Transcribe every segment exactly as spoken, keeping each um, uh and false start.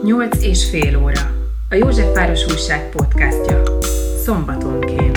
Nyolc és fél óra. A Józsefváros Újság podcastja. Szombatonként.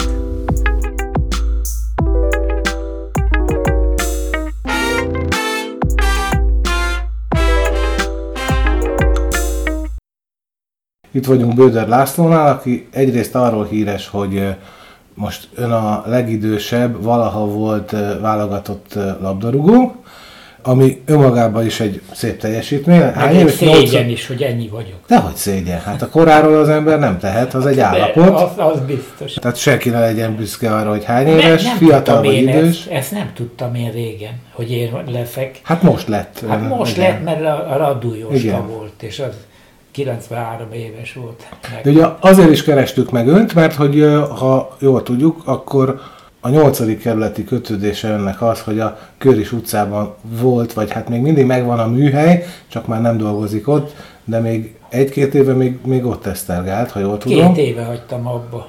Itt vagyunk Böder Lászlónál, aki egyrészt arról híres, hogy most ön a legidősebb, valaha volt válogatott labdarúgó, ami önmagában is egy szép teljesítmény. Hány éves? Szégyen is, hogy ennyi vagyok. Dehogy szégyen. Hát a koráról az ember nem tehet, az egy állapot. Az, az biztos. Tehát senki ne legyen büszke arra, hogy hány éves, nem, nem fiatal vagy idős. Ezt, ezt nem tudtam én régen, hogy én leszek. Hát most lett. Hát most igen. lett, mert a, a Radú Jóska volt, és az kilencvenhárom éves volt. Meg. De ugye azért is kerestük meg önt, mert hogy ha jól tudjuk, akkor a nyolcadik kerületi kötődése önnek az, hogy a Köris utcában volt, vagy hát még mindig megvan a műhely, csak már nem dolgozik ott, de még egy-két éve még, még ott esztergált, ha jól tudom. Két éve hagytam abba.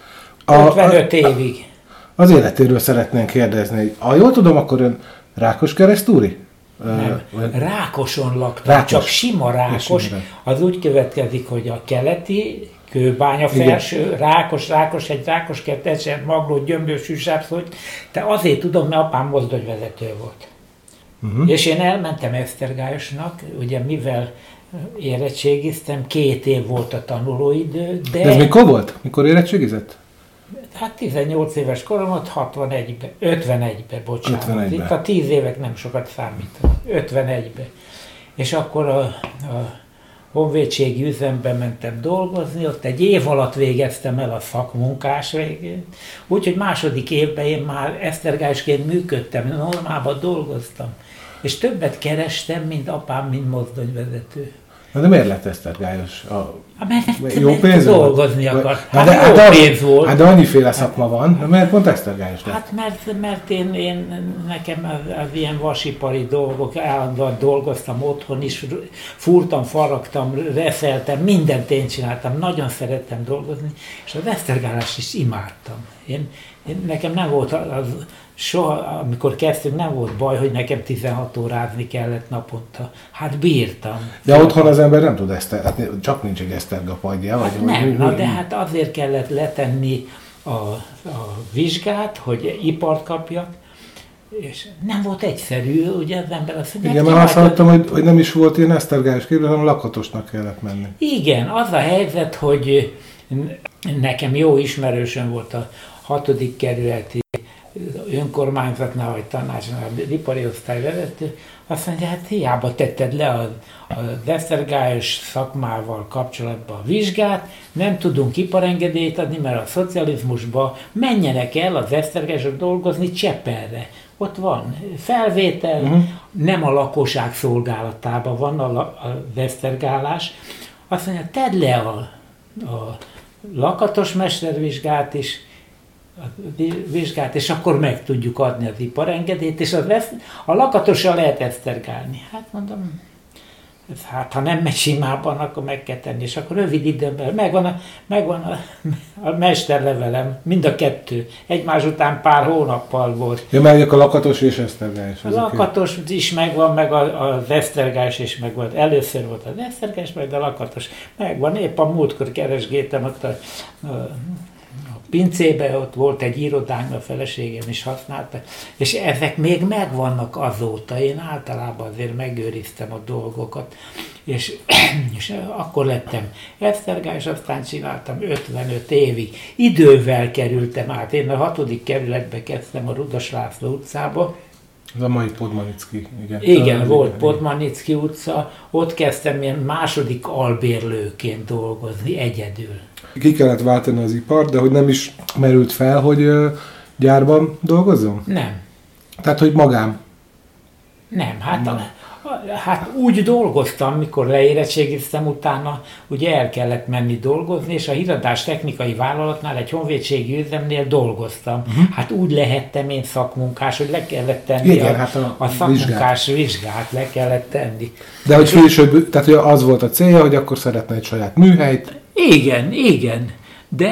ötvenöt évig. Az életéről szeretnénk kérdezni. Ha jól tudom, akkor ön Rákoskeresztúri? Nem. Rákoson laktam, Rákos. Csak sima Rákos. Az úgy következik, hogy a keleti Kőbánya felső, igen. Rákos, Rákos, egy Rákos kettesen, Magló, Gyömbös, Süsápszógy. De azért tudom, mert apám mozdonyvezető volt. Uh-huh. És én elmentem Esztergályosnak, ugye mivel érettségiztem, két év volt a tanulóidő, de... De ez mikor volt? Mikor érettségizett? Hát tizennyolc éves koromot, hatvanegybe, ötvenegybe, bocsánat. ötvenegybe. Itt a tíz évek nem sokat számítanak. ötvenegybe. És akkor a, a honvédségi üzemben mentem dolgozni, ott egy év alatt végeztem el a szakmunkás végén. Úgyhogy második évben én már esztergályosként működtem, normálban dolgoztam. És többet kerestem, mint apám, mint mozdonyvezető. Na de miért lett esztergályos? A... Mert jó pénz dolgozni akart. Hát, hát jó hát pénz volt. Hát de annyiféle szakma van, de miért pont esztergályos lett? Hát mert, mert én, én nekem az, az ilyen vasipari dolgok, állandóan dolgoztam otthon is, fúrtam, faragtam, reszeltem, mindent én csináltam, nagyon szerettem dolgozni, és az esztergálást is imádtam. Én, én, nekem nem volt az, soha, amikor kezdtünk, nem volt baj, hogy nekem tizenhat órázni kellett naponta. Hát bírtam. De otthon az ember nem tud eszter, hát csak nincs egy esztergapadja. Hát vagy nem, vagy, na, vagy, de hát azért kellett letenni a, a vizsgát, hogy ipart kapjak, és nem volt egyszerű, ugye az ember azt mondja. Igen, mert azt hallottam, hogy, hogy nem is volt ilyen esztergályos képzés, hanem lakatosnak kellett menni. Igen, az a helyzet, hogy nekem jó ismerősöm volt a hatodik kerületi önkormányzatnál, vagy tanácsnál, az ipari osztályvezető, azt mondja, hát hiába tetted le az, az esztergályos szakmával kapcsolatban a vizsgát, nem tudunk iparengedélyt adni, mert a szocializmusban menjenek el az esztergályosok dolgozni Csepelre. Ott van felvétel, uh-huh. nem a lakosság szolgálatában van a, az esztergálás. Azt mondja, tedd le a, a lakatos mestervizsgát is, a vizsgát, és akkor meg tudjuk adni az iparengedélyt, és az lesz, a lakatossal lehet esztergálni. Hát mondom, ez, hát ha nem megy simában, akkor meg kell tenni, és akkor rövid időben megvan a, megvan a, a mesterlevelem, mind a kettő. Egymás után pár hónappal volt. Ja, mert a lakatos és esztergályos. A lakatos egy... is megvan, meg az esztergályos is megvan. Először volt az esztergályos, meg a lakatos megvan. Épp a múltkor keresgéltem ott a, a pincébe, ott volt egy irodánk, a feleségem is használta, és ezek még megvannak azóta. Én általában azért megőriztem a dolgokat, és, és akkor lettem esztergályos, aztán csináltam ötvenöt évig. Idővel kerültem át. Én a hatodik kerületbe kezdtem a Rudas László utcába. Ez a mai Podmanicki. Igen, igen volt Podmanicki utca. Ott kezdtem ilyen második albérlőként dolgozni egyedül. Ki kellett váltani az ipart, de hogy nem is merült fel, hogy uh, gyárban dolgozzon? Nem. Tehát, hogy magám? Nem, hát, a, a, hát úgy dolgoztam, mikor leérettségiztem, utána ugye el kellett menni dolgozni, és a híradás technikai vállalatnál, egy honvédségi üzemnél dolgoztam. Uh-huh. Hát úgy lehettem én szakmunkás, hogy le kellett tenni. Igen, a, hát a, a szakmunkás vizsgát. vizsgát le kellett tenni. De hogy később, tehát hogy az volt a célja, hogy akkor szeretne egy saját műhelyt. Igen, igen, de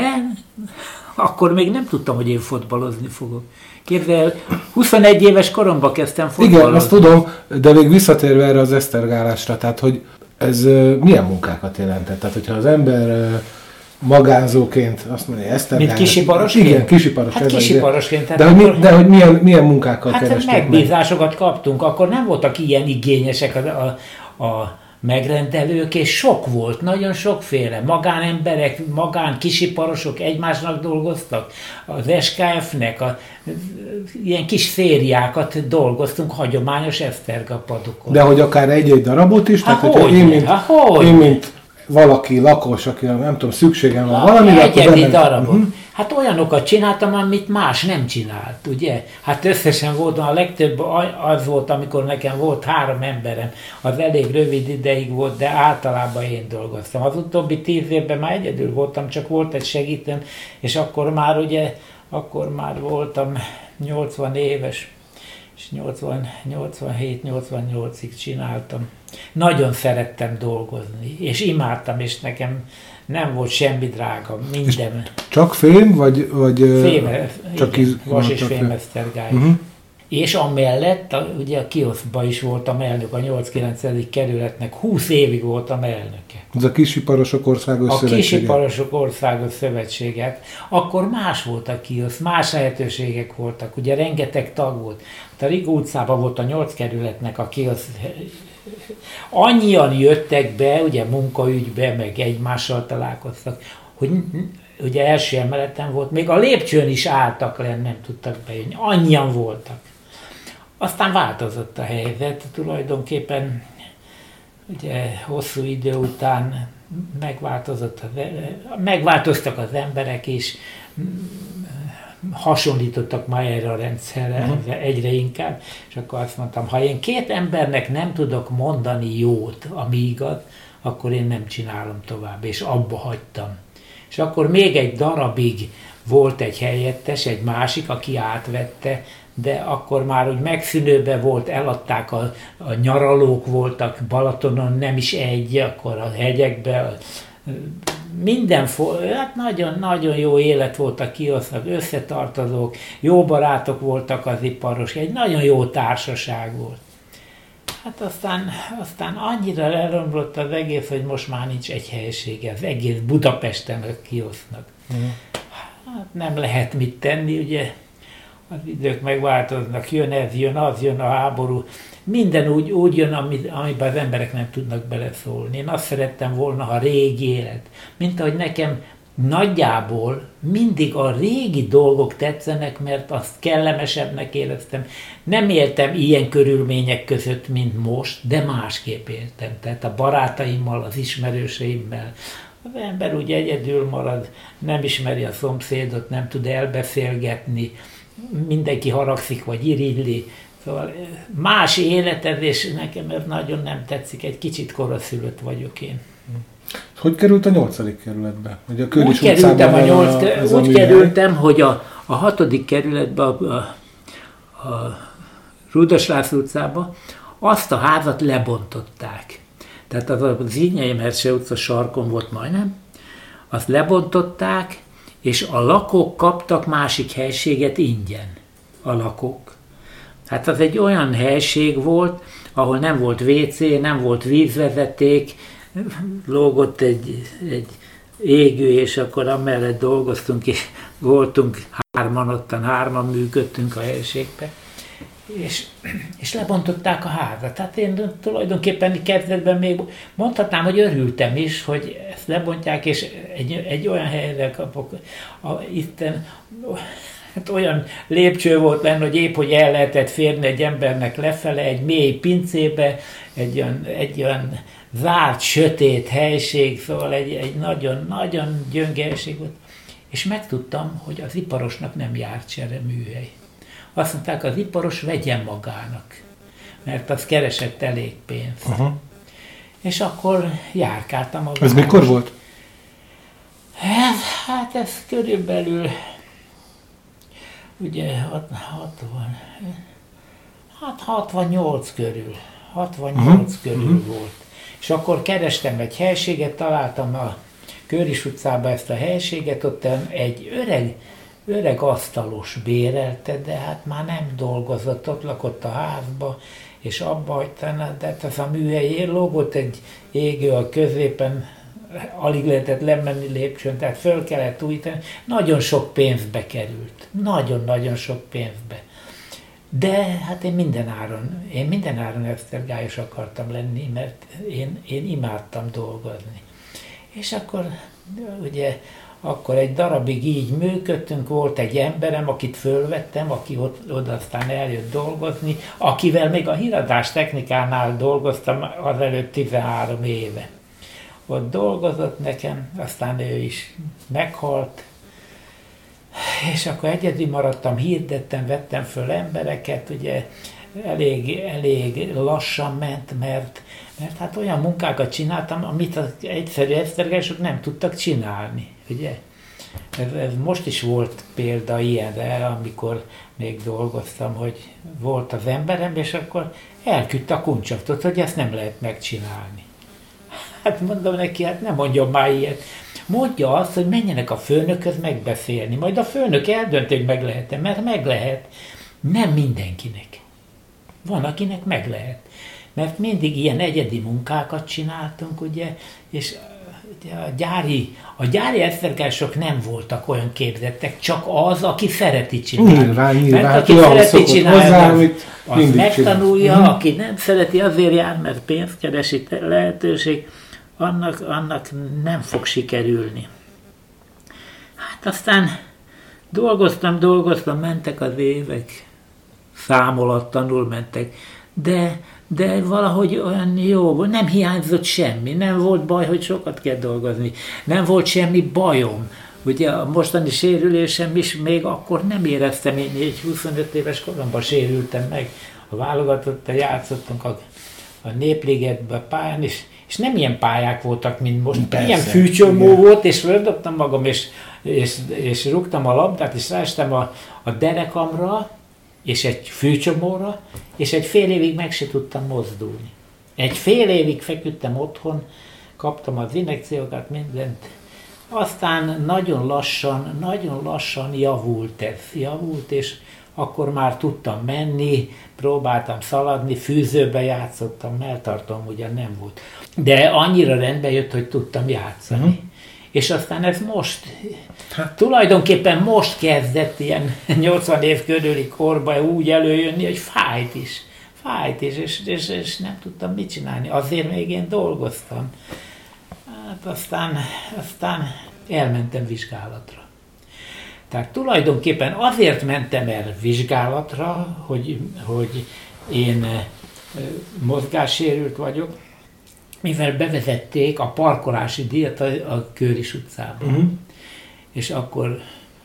akkor még nem tudtam, hogy én fotbalozni fogok. Képzel, huszonegy éves koromban kezdtem fotbalozni. Igen, azt tudom, de még visszatérve erre az esztergálásra, tehát hogy Ez uh, milyen munkákat jelentett? Tehát, hogyha az ember uh, magánzóként azt mondja, Esztergál... Mint kisiparosként? Igen, kisiparos. Hát kisiparosként. De, akkor, hogy, mi, de hogy milyen, milyen munkákkal hát kerestek megbízásokat meg? kaptunk, akkor nem voltak ilyen igényesek a, a, a megrendelők, és sok volt, nagyon sokféle. Magánemberek, magán kisiparosok egymásnak dolgoztak, az es ká ef-nek a, ilyen kis szériákat dolgoztunk hagyományos esztergapadokon. De hogy akár egy-egy darabot is? Tehát, ha, hogyha hogy én, mint, ha, én, mint valaki, lakos, aki nem tudom, szükségem van valamire, akkor egyedi darabot. Uh-huh. Hát olyanokat csináltam, amit más nem csinált, ugye? Hát összesen volt, a legtöbb az volt, amikor nekem volt három emberem, az elég rövid ideig volt, de általában én dolgoztam. Az utóbbi tíz évben már egyedül voltam, csak volt egy segítőm, és akkor már ugye, akkor már voltam nyolcvan éves, és nyolcvan, nyolcvanhét nyolcvannyolcig csináltam. Nagyon szerettem dolgozni, és imádtam, és nekem nem volt semmi drága, minden. És csak fém, vagy, vagy Féme, csak igen, iz, vas és fémesztergály. Uh-huh. És amellett, a, ugye a kioszban is voltam elnök, a nyolc-kilencedik kerületnek, húsz évig voltam elnöke. Ez a Kisiparosok Országos a Szövetsége. A Kisiparosok Országos Szövetséget. Akkor más volt a kiosz, más lehetőségek voltak, ugye rengeteg tag volt. A Rigó utcában volt a nyolc kerületnek a kiosz. Annyian jöttek be, ugye munkaügybe, meg egymással találkoztak, hogy ugye első emeleten volt, még a lépcsőn is álltak le, nem tudtak bejönni. Annyian voltak. Aztán változott a helyzet, tulajdonképpen ugye hosszú idő után megváltozott az, megváltoztak az emberek is, hasonlítottak már erre a rendszerre uh-huh. egyre inkább, és akkor azt mondtam, ha én két embernek nem tudok mondani jót, ami igaz, akkor én nem csinálom tovább, és abba hagytam. És akkor még egy darabig volt egy helyettes, egy másik, aki átvette, de akkor már úgy megszűnőben volt, eladták, a, a nyaralók voltak Balatonon, nem is egy, akkor a hegyekben, minden, hát nagyon, nagyon jó élet volt a kiosznak, összetartozók, jó barátok voltak az iparos, egy nagyon jó társaság volt. Hát aztán, aztán annyira elromlott az egész, hogy most már nincs egy helyisége, az egész Budapesten a kiosznak. Mm. Hát nem lehet mit tenni, ugye az idők megváltoznak, jön ez, jön az, jön a háború, minden úgy, úgy jön, amiben az emberek nem tudnak beleszólni. Én azt szerettem volna, ha régi élet, mint ahogy nekem nagyjából mindig a régi dolgok tetszenek, mert azt kellemesebbnek éreztem. Nem éltem ilyen körülmények között, mint most, de másképp éltem. Tehát a barátaimmal, az ismerőseimmel. Az ember úgy egyedül marad, nem ismeri a szomszédot, nem tud elbeszélgetni, mindenki haragszik vagy irigyli. Szóval más életed, és nekem ez nagyon nem tetszik, egy kicsit koraszülött vagyok én. Hogy került a nyolcadik kerületbe? Hogy a úgy kerültem, a nyolc, a, úgy kerültem, hogy a, a hatodik kerületbe, a, a, a Rudas László utcába azt a házat lebontották. Tehát az a Zínyei Merse utca sarkon volt majdnem, azt lebontották, és a lakók kaptak másik helységet ingyen. A lakók. Hát az egy olyan helység volt, ahol nem volt vé cé, nem volt vízvezeték, lógott egy, egy égő, és akkor amellett dolgoztunk, és voltunk hárman ottan, hárman működtünk a helységbe. És, és lebontották a házat. Tehát én tulajdonképpen kezdetben még mondhatnám, hogy örültem is, hogy ezt lebontják, és egy, egy olyan helyre kapok. A, itten, hát olyan lépcső volt lenne, hogy épp, hogy el lehetett férni egy embernek lefele, egy mély pincébe, egy olyan, egy olyan zárt, sötét helység, szóval egy, egy nagyon, nagyon gyönge helység volt. És megtudtam, hogy az iparosnak nem járt csereműhely. Azt mondták, az iparos vegyen magának, mert az keresett elég pénzt. Uh-huh. És akkor járkáltam a Ez város. Mikor volt? Ez, hát ez körülbelül, ugye, hatvan, hát hatvannyolc körül, hatvannyolc uh-huh. körül uh-huh. volt. És akkor kerestem egy helységet, találtam a Köris utcában ezt a helységet, ott egy öreg öreg asztalos bérelte, de hát már nem dolgozott, ott lakott a házba, és abba hagyta, de hát az a műhely lógott egy égő a középen, alig lehetett lemenni lépcsőn, tehát föl kellett újítani, nagyon sok pénzbe került, nagyon-nagyon sok pénzbe. De hát én minden áron, én minden áron esztergályos akartam lenni, mert én, én imádtam dolgozni. És akkor ugye, akkor egy darabig így működtünk, volt egy emberem, akit fölvettem, aki ott, oda aztán eljött dolgozni, akivel még a híradás technikánál dolgoztam azelőtt tizenhárom éve. Ott dolgozott nekem, aztán ő is meghalt, és akkor egyedül maradtam, hirdettem, vettem föl embereket, ugye elég, elég lassan ment, mert, mert hát olyan munkákat csináltam, amit az egyszerű esztergályosok nem tudtak csinálni, ugye. Ez, ez most is volt példa ilyenre, amikor még dolgoztam, hogy volt az emberem, és akkor elküldte a kuncsaktot, hogy ezt nem lehet megcsinálni. Hát mondom neki, hát nem mondjon már ilyet. Mondja azt, hogy menjenek a főnökhöz megbeszélni, majd a főnök eldönti, hogy meg lehet-e, mert meg lehet. Nem mindenkinek. Van, akinek meg lehet. Mert mindig ilyen egyedi munkákat csináltunk, ugye, és a gyári, a gyári esztergályosok nem voltak olyan képzettek, csak az, aki szereti csinálni. Nyilván, nyilván. Mert aki szereti csinálni, az, az megtanulja, csinál. Aki nem szereti, azért jár, mert pénzkeresi lehetőség, annak, annak nem fog sikerülni. Hát aztán dolgoztam, dolgoztam, mentek az évek, számolattanul mentek, de, de valahogy olyan jó volt, nem hiányzott semmi, nem volt baj, hogy sokat kell dolgozni, nem volt semmi bajom. Ugye a mostani sérülésem is még akkor nem éreztem, én egy huszonöt éves koromban sérültem meg, a válogatottal játszottunk a, a Népligetben pályán, és, és nem ilyen pályák voltak, mint most. Persze, ilyen fűcsomó volt, és földobtam magam, és, és, és rúgtam a labdát, és ráestem a, a derekamra, és egy fűcsomóra, és egy fél évig meg se tudtam mozdulni. Egy fél évig feküdtem otthon, kaptam az injekciókat, mindent. Aztán nagyon lassan, nagyon lassan javult ez, javult, és akkor már tudtam menni, próbáltam szaladni, fűzőbe játszottam, melltartom ugyan nem volt. De annyira rendbe jött, hogy tudtam játszani. Uh-huh. És aztán ez most, hát. tulajdonképpen most kezdett ilyen nyolcvan év körüli korban úgy előjönni, hogy fájt is. Fájt is, és, és, és nem tudtam mit csinálni. Azért még én dolgoztam. Hát aztán, aztán elmentem vizsgálatra. Tehát tulajdonképpen azért mentem el vizsgálatra, hogy, hogy én mozgássérült vagyok, mivel bevezették a parkolási díjat a, a Kőris utcában. Uh-huh. És akkor,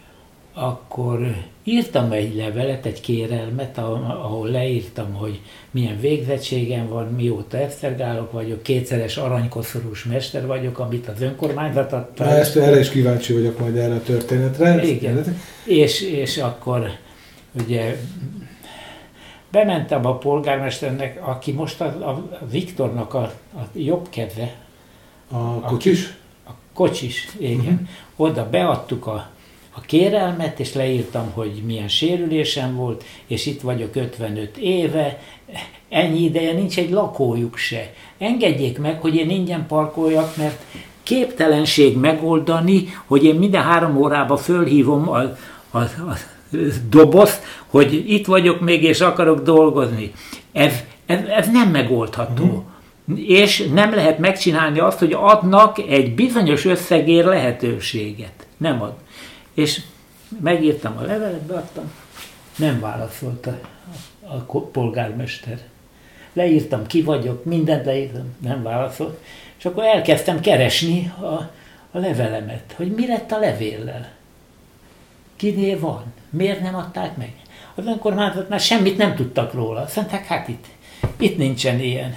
akkor írtam egy levelet, egy kérelmet, ahol leírtam, hogy milyen végzettségem van, mióta esztergálok vagyok, kétszeres aranykoszorús mester vagyok, amit az önkormányzat adta. Na, ezt erre is kíváncsi vagyok majd erre a történetre. Igen. És, és akkor ugye bementem a polgármesternek, aki most a, a Viktornak a, a jobb keze. A kocsis? A, a kocsis, igen. Uh-huh. Oda beadtuk a, a kérelmet, és leírtam, hogy milyen sérülésem volt, és itt vagyok ötvenöt éve, ennyi ideje nincs egy lakójuk se. Engedjék meg, hogy én ingyen parkoljak, mert képtelenség megoldani, hogy én minden három órába fölhívom a, a, a dobozt, hogy itt vagyok még, és akarok dolgozni. Ez, ez, ez nem megoldható. Uh-huh. És nem lehet megcsinálni azt, hogy adnak egy bizonyos összegért lehetőséget. Nem ad. És megírtam a levelet, beadtam, nem válaszolt a, a polgármester. Leírtam, ki vagyok, mindent leírtam, nem válaszolt. És akkor elkezdtem keresni a, a levelemet, hogy mi lett a levéllel. Kinél van? Miért nem adták meg? Az önkormányzatnál semmit nem tudtak róla. Azt mondták, hát itt, itt nincsen ilyen.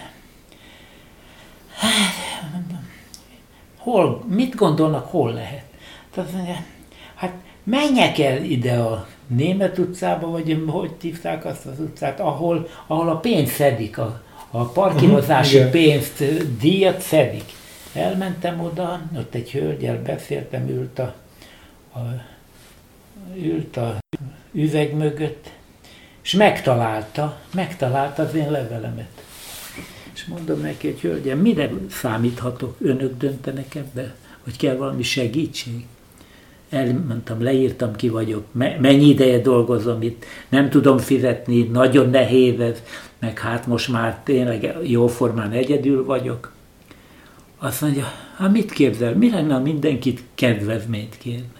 Hát, hol, mit gondolnak, hol lehet? Tehát, hát menjek el ide a Német utcába, vagy hogy hívták azt az utcát, ahol, ahol a pénzt szedik, a, a parkírozási uh-huh, pénzt, díjat szedik. Elmentem oda, ott egy hölgyel beszéltem, ült a, a ült a üveg mögött, és megtalálta, megtalálta az én levelemet. És mondom neki, hogy hölgyem, mire számíthatok? Önök döntenek ebbe? Hogy kell valami segítség? Elmondtam, leírtam, ki vagyok, mennyi ideje dolgozom itt, nem tudom fizetni, nagyon nehéz ez, meg hát most már tényleg jóformán egyedül vagyok. Azt mondja, hát mit képzel, mi lenne, ha mindenkit kedvezményt kérne?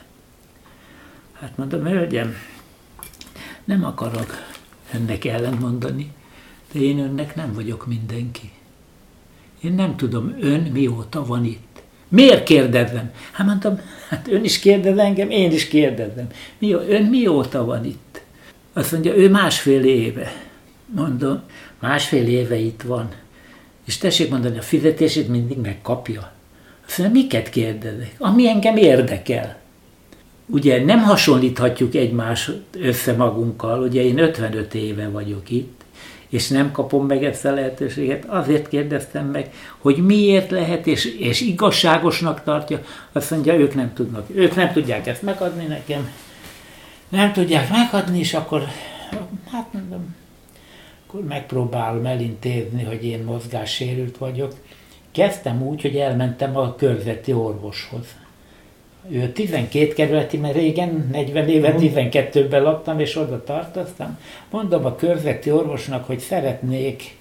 Hát mondom, hölgyem, nem akarok önnek ellentmondani, de én önnek nem vagyok mindenki. Én nem tudom, ön mióta van itt. Miért kérdezem? Hát mondtam, hát ön is kérdez engem, én is kérdezem. Mi, ön mióta van itt? Azt mondja, ő másfél éve. Mondom, másfél éve itt van. És tessék mondani, a fizetését mindig megkapja. Azt mondja, miket kérdezek? Ami engem érdekel. Ugye nem hasonlíthatjuk egymást össze magunkkal, ugye én ötvenöt éve vagyok itt, és nem kapom meg ezt a lehetőséget. Azért kérdeztem meg, hogy miért lehet, és, és igazságosnak tartja. Azt mondja, ők nem tudnak, ők nem tudják ezt megadni nekem. Nem tudják megadni, és akkor, hát mondom, akkor megpróbálom elintézni, hogy én mozgássérült vagyok. Kezdtem úgy, hogy elmentem a körzeti orvoshoz. Ő tizenkét kerületi, mert régen, negyven éve, tizenkettőben laktam, és oda tartoztam. Mondom a körzeti orvosnak, hogy szeretnék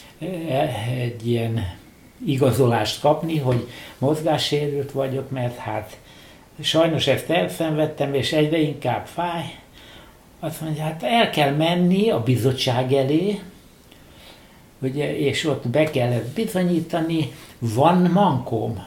egy ilyen igazolást kapni, hogy mozgássérült vagyok, mert hát sajnos ezt elszenvedtem, és egyre inkább fáj. Azt mondja, hát el kell menni a bizottság elé, ugye, és ott be kell ezt bizonyítani, van mankóm.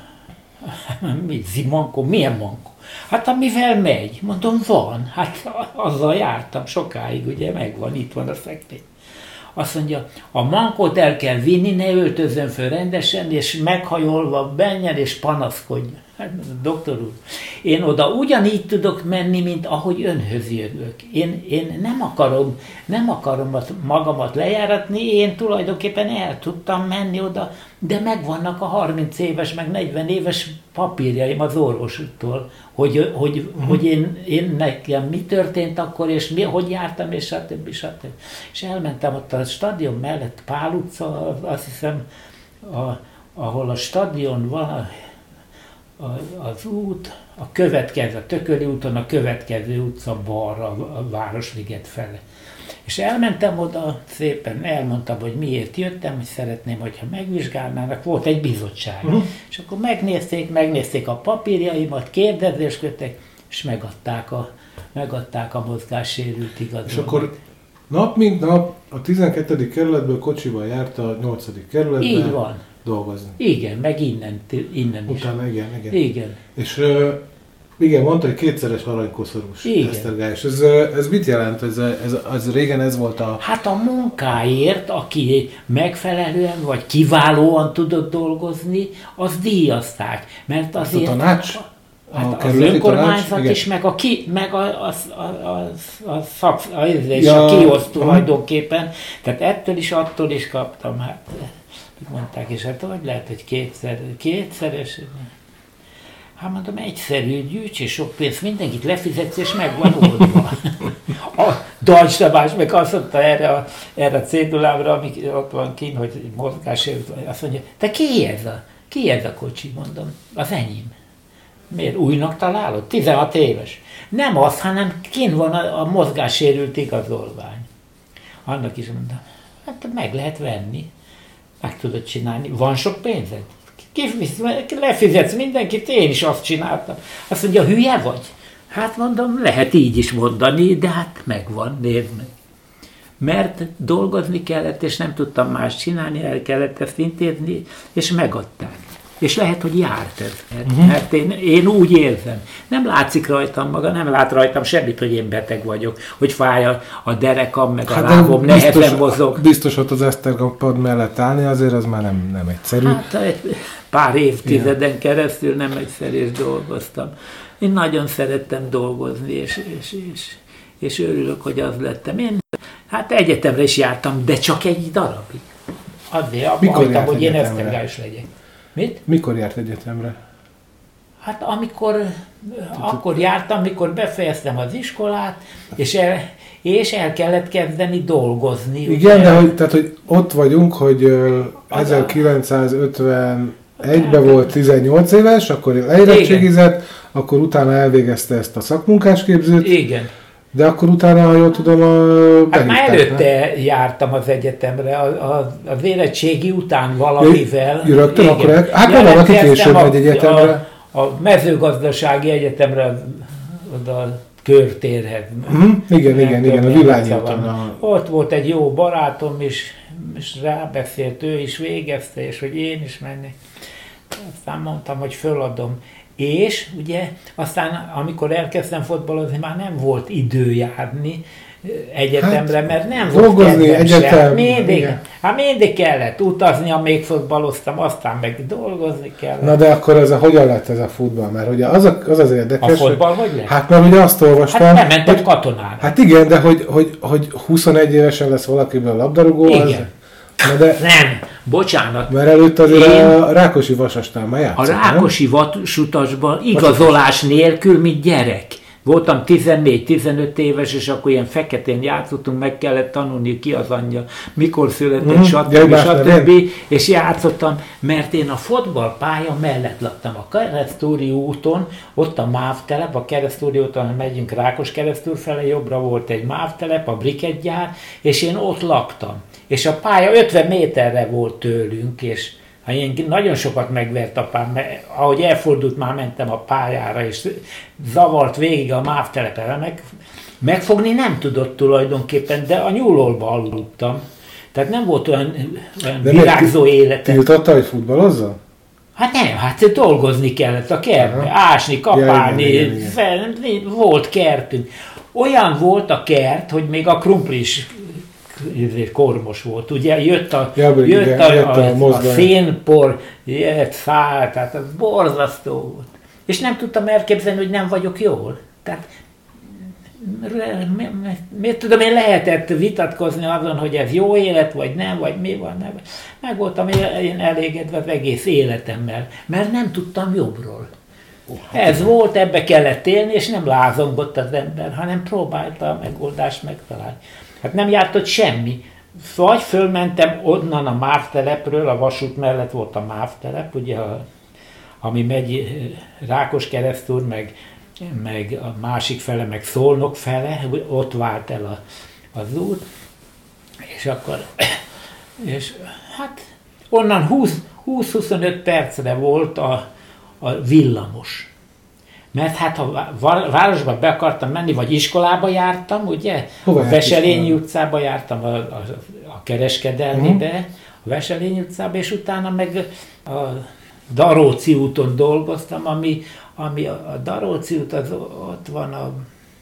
Mi mankó? Milyen mankó? Hát amivel megy. Mondom, van. Hát azzal jártam sokáig, ugye, megvan, itt van a szekrény. Azt mondja, a mankót el kell vinni, ne öltözön föl rendesen, és meghajolva menjen, és panaszkodj. Hát, doktor úr, én oda ugyanígy tudok menni, mint ahogy önhöz jövök. Én, én nem akarom, nem akarom magamat lejáratni, én tulajdonképpen el tudtam menni oda, de megvannak a harminc éves, meg negyven éves papírjaim az orvosútól, hogy, hogy, uh-huh. hogy én, én nekem mi történt akkor, és mi, hogy jártam, és stb. stb. És elmentem ott a stadion mellett, Pál utca, azt hiszem, a, ahol a stadion van, az út, a következő, a Tököli úton, a következő utca balra, a Városliget fele. És elmentem oda, szépen elmondtam, hogy miért jöttem, hogy szeretném, hogyha megvizsgálnának, volt egy bizottság. Uh-huh. És akkor megnézték, megnézték a papírjaimat, kérdezésködtek, és megadták a, megadták a mozgássérült igazolványt. És akkor nap mint nap a tizenkettedik kerületből kocsival járt a nyolcadik kerületbe. Így van. Dolgozni. Igen, meg innen, innen is. Utána, igen, igen. Igen. És uh, igen, mondta, hogy kétszeres aranykoszorús Esztergályos. Ez, ez mit jelent? Ez, ez, ez régen ez volt a... Hát a munkáért, aki megfelelően vagy kiválóan tudott dolgozni, az díjazták. Mert azért... A tanács? Hát az önkormányzat is, meg a, ki, meg a, a, a, a, a, szak, a, ja, a kiosz tulajdonképpen. Tehát ettől is, attól is kaptam. Hát mondták, és hát hogy lehet, hogy kétszer, kétszeres... Hát mondom, egyszerű, gyűjts és sok pénzt, mindenkit lefizetsz, és meg van oldva. A Dajcs Tamás meg azt mondta erre a, erre a cédulámra, ami ott van kint, hogy mozgásért, azt mondja, te ki ez a, ki ez a kocsi, mondom, az enyém. Miért? Újnak találod? tizenhat éves. Nem az, hanem kint van a, a mozgássérült igazolvány. Annak is mondtam, hát meg lehet venni, meg tudod csinálni, van sok pénzed? Lefizetsz mindenkit, én is azt csináltam. Azt mondja, hülye vagy? Hát mondom, lehet így is mondani, de hát megvan, nézd meg. Mert dolgozni kellett, és nem tudtam más csinálni, el kellett ezt intézni, és megadták. És lehet, hogy járt ez, mert, uh-huh. mert én, én úgy érzem. Nem látszik rajtam maga, nem lát rajtam semmit, hogy én beteg vagyok, hogy fáj a, a derekam, meg hát a lábom, nehezen mozog. Biztos ott az Esztergom mellett állni, azért az már nem, nem egyszerű. Hát egy pár évtizeden yeah. keresztül nem egyszerű, és dolgoztam. Én nagyon szerettem dolgozni, és, és, és, és örülök, hogy az lettem. Én hát egyetemre is jártam, de csak egy darabig. Azért abban hagytam, hogy én esztergályos legyek. Mit? Mikor járt egyetemre? Hát amikor, akkor jártam, amikor befejeztem az iskolát, és el, és el kellett kezdeni dolgozni. Igen, ugye? De hogy, tehát, hogy ott vagyunk, hogy ezerkilencszázötvenegyben volt tizennyolc éves, akkor leérettségizett, akkor utána elvégezte ezt a szakmunkásképzőt. Igen. De akkor utána, ha jól tudom, a hát már előtte ne? jártam az egyetemre, az érettségi után valamivel. Rögtön akkor el... Hát nem van, aki később megy egyetemre. A, a mezőgazdasági egyetemre oda körtérhez. Mm, igen, igen, igen, a villányúton. A... Ott volt egy jó barátom, és, és rábeszélt, ő is végezte, és hogy én is mennék. Aztán mondtam, hogy föladom. És ugye aztán, amikor elkezdtem fotbalozni, már nem volt idő járni egyetemre, hát, mert nem volt dolgozni, egyetem. Mindig, hát mindig kellett utazni, amíg fotbaloztam, aztán meg dolgozni kellett. Na de akkor ez a, hogyan lett ez a futball? Mert ugye az, a, az az érdekes, a futball hogy lett? Hát mert ugye azt olvastam, hát nem mentek katonára. Hát igen, de hogy, hogy, hogy huszonegy évesen lesz valakiből labdarúgó, igen. Az, na de, nem, bocsánat. Mert előtt azért én a Rákosi Vasasnál már játszott, a Rákosi Vasutasban igazolás nélkül, mint gyerek. Voltam tizennégy-tizenöt éves, és akkor ilyen feketén játszottunk, meg kellett tanulni, ki az anyja, mikor született, mm, stb. stb. És játszottam, mert én a fotballpálya mellett laktam a Keresztúri úton, ott a MÁV telep, a Keresztúri úton megyünk Rákos Keresztúr fele, jobbra volt egy MÁV telep, a brikettgyár, és én ott laktam. És a pálya ötven méterre volt tőlünk, és hát én nagyon sokat megvert apám, mert ahogy elfordult, már mentem a pályára, és zavart végig a MÁV telepre. Meg, megfogni nem tudott tulajdonképpen, de a nyúlolba aludtam. Tehát nem volt olyan, olyan virágzó életem. Tiltotta, hogy futballozzon? Hát nem, hát dolgozni kellett a kertbe, aha. Ásni, kapálni, ja, igen, igen, igen. Volt kertünk. Olyan volt a kert, hogy még a krumpli is kormos volt, ugye jött a, ja, jött igen, a, jött a, a, a szénpor, jött fál, tehát az borzasztó volt. És nem tudtam elképzelni, hogy nem vagyok jól. Tehát miért tudom, én lehetett vitatkozni azon, hogy ez jó élet, vagy nem, vagy mi van, nem. Meg voltam én elégedve az egész életemmel, mert nem tudtam jobbról. Ez volt, ebbe kellett élni, és nem lázongott az ember, hanem próbálta a megoldást megtalálni. Hát nem járt ott semmi. Vagy fölmentem onnan a MÁV telepről, a vasút mellett volt a MÁV telep, ugye, a, ami megy Rákos Keresztúr, meg, meg a másik fele, meg Szolnok fele, ott vált el a, az út, és akkor, és hát onnan húsz-huszonöt percre volt a, a villamos. Mert hát ha városba be akartam menni, vagy iskolába jártam, ugye? Hova a Veselényi utcába jártam, a, a, a kereskedelmibe, uh-huh. a Veselényi utcába, és utána meg a Daróci úton dolgoztam, ami, ami a, a Daróci út, az, ott van a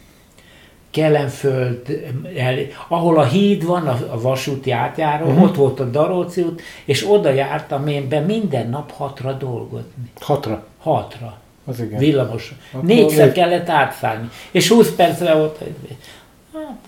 Kelenföld, el, ahol a híd van, a, a vasúti átjáró, uh-huh. ott volt a Daróci út, és oda jártam én be minden nap hatra dolgozni. Hatra? Hatra. Az igen. Villamos. Négyszer négy... kellett átszállni. És húsz percre volt. Hát,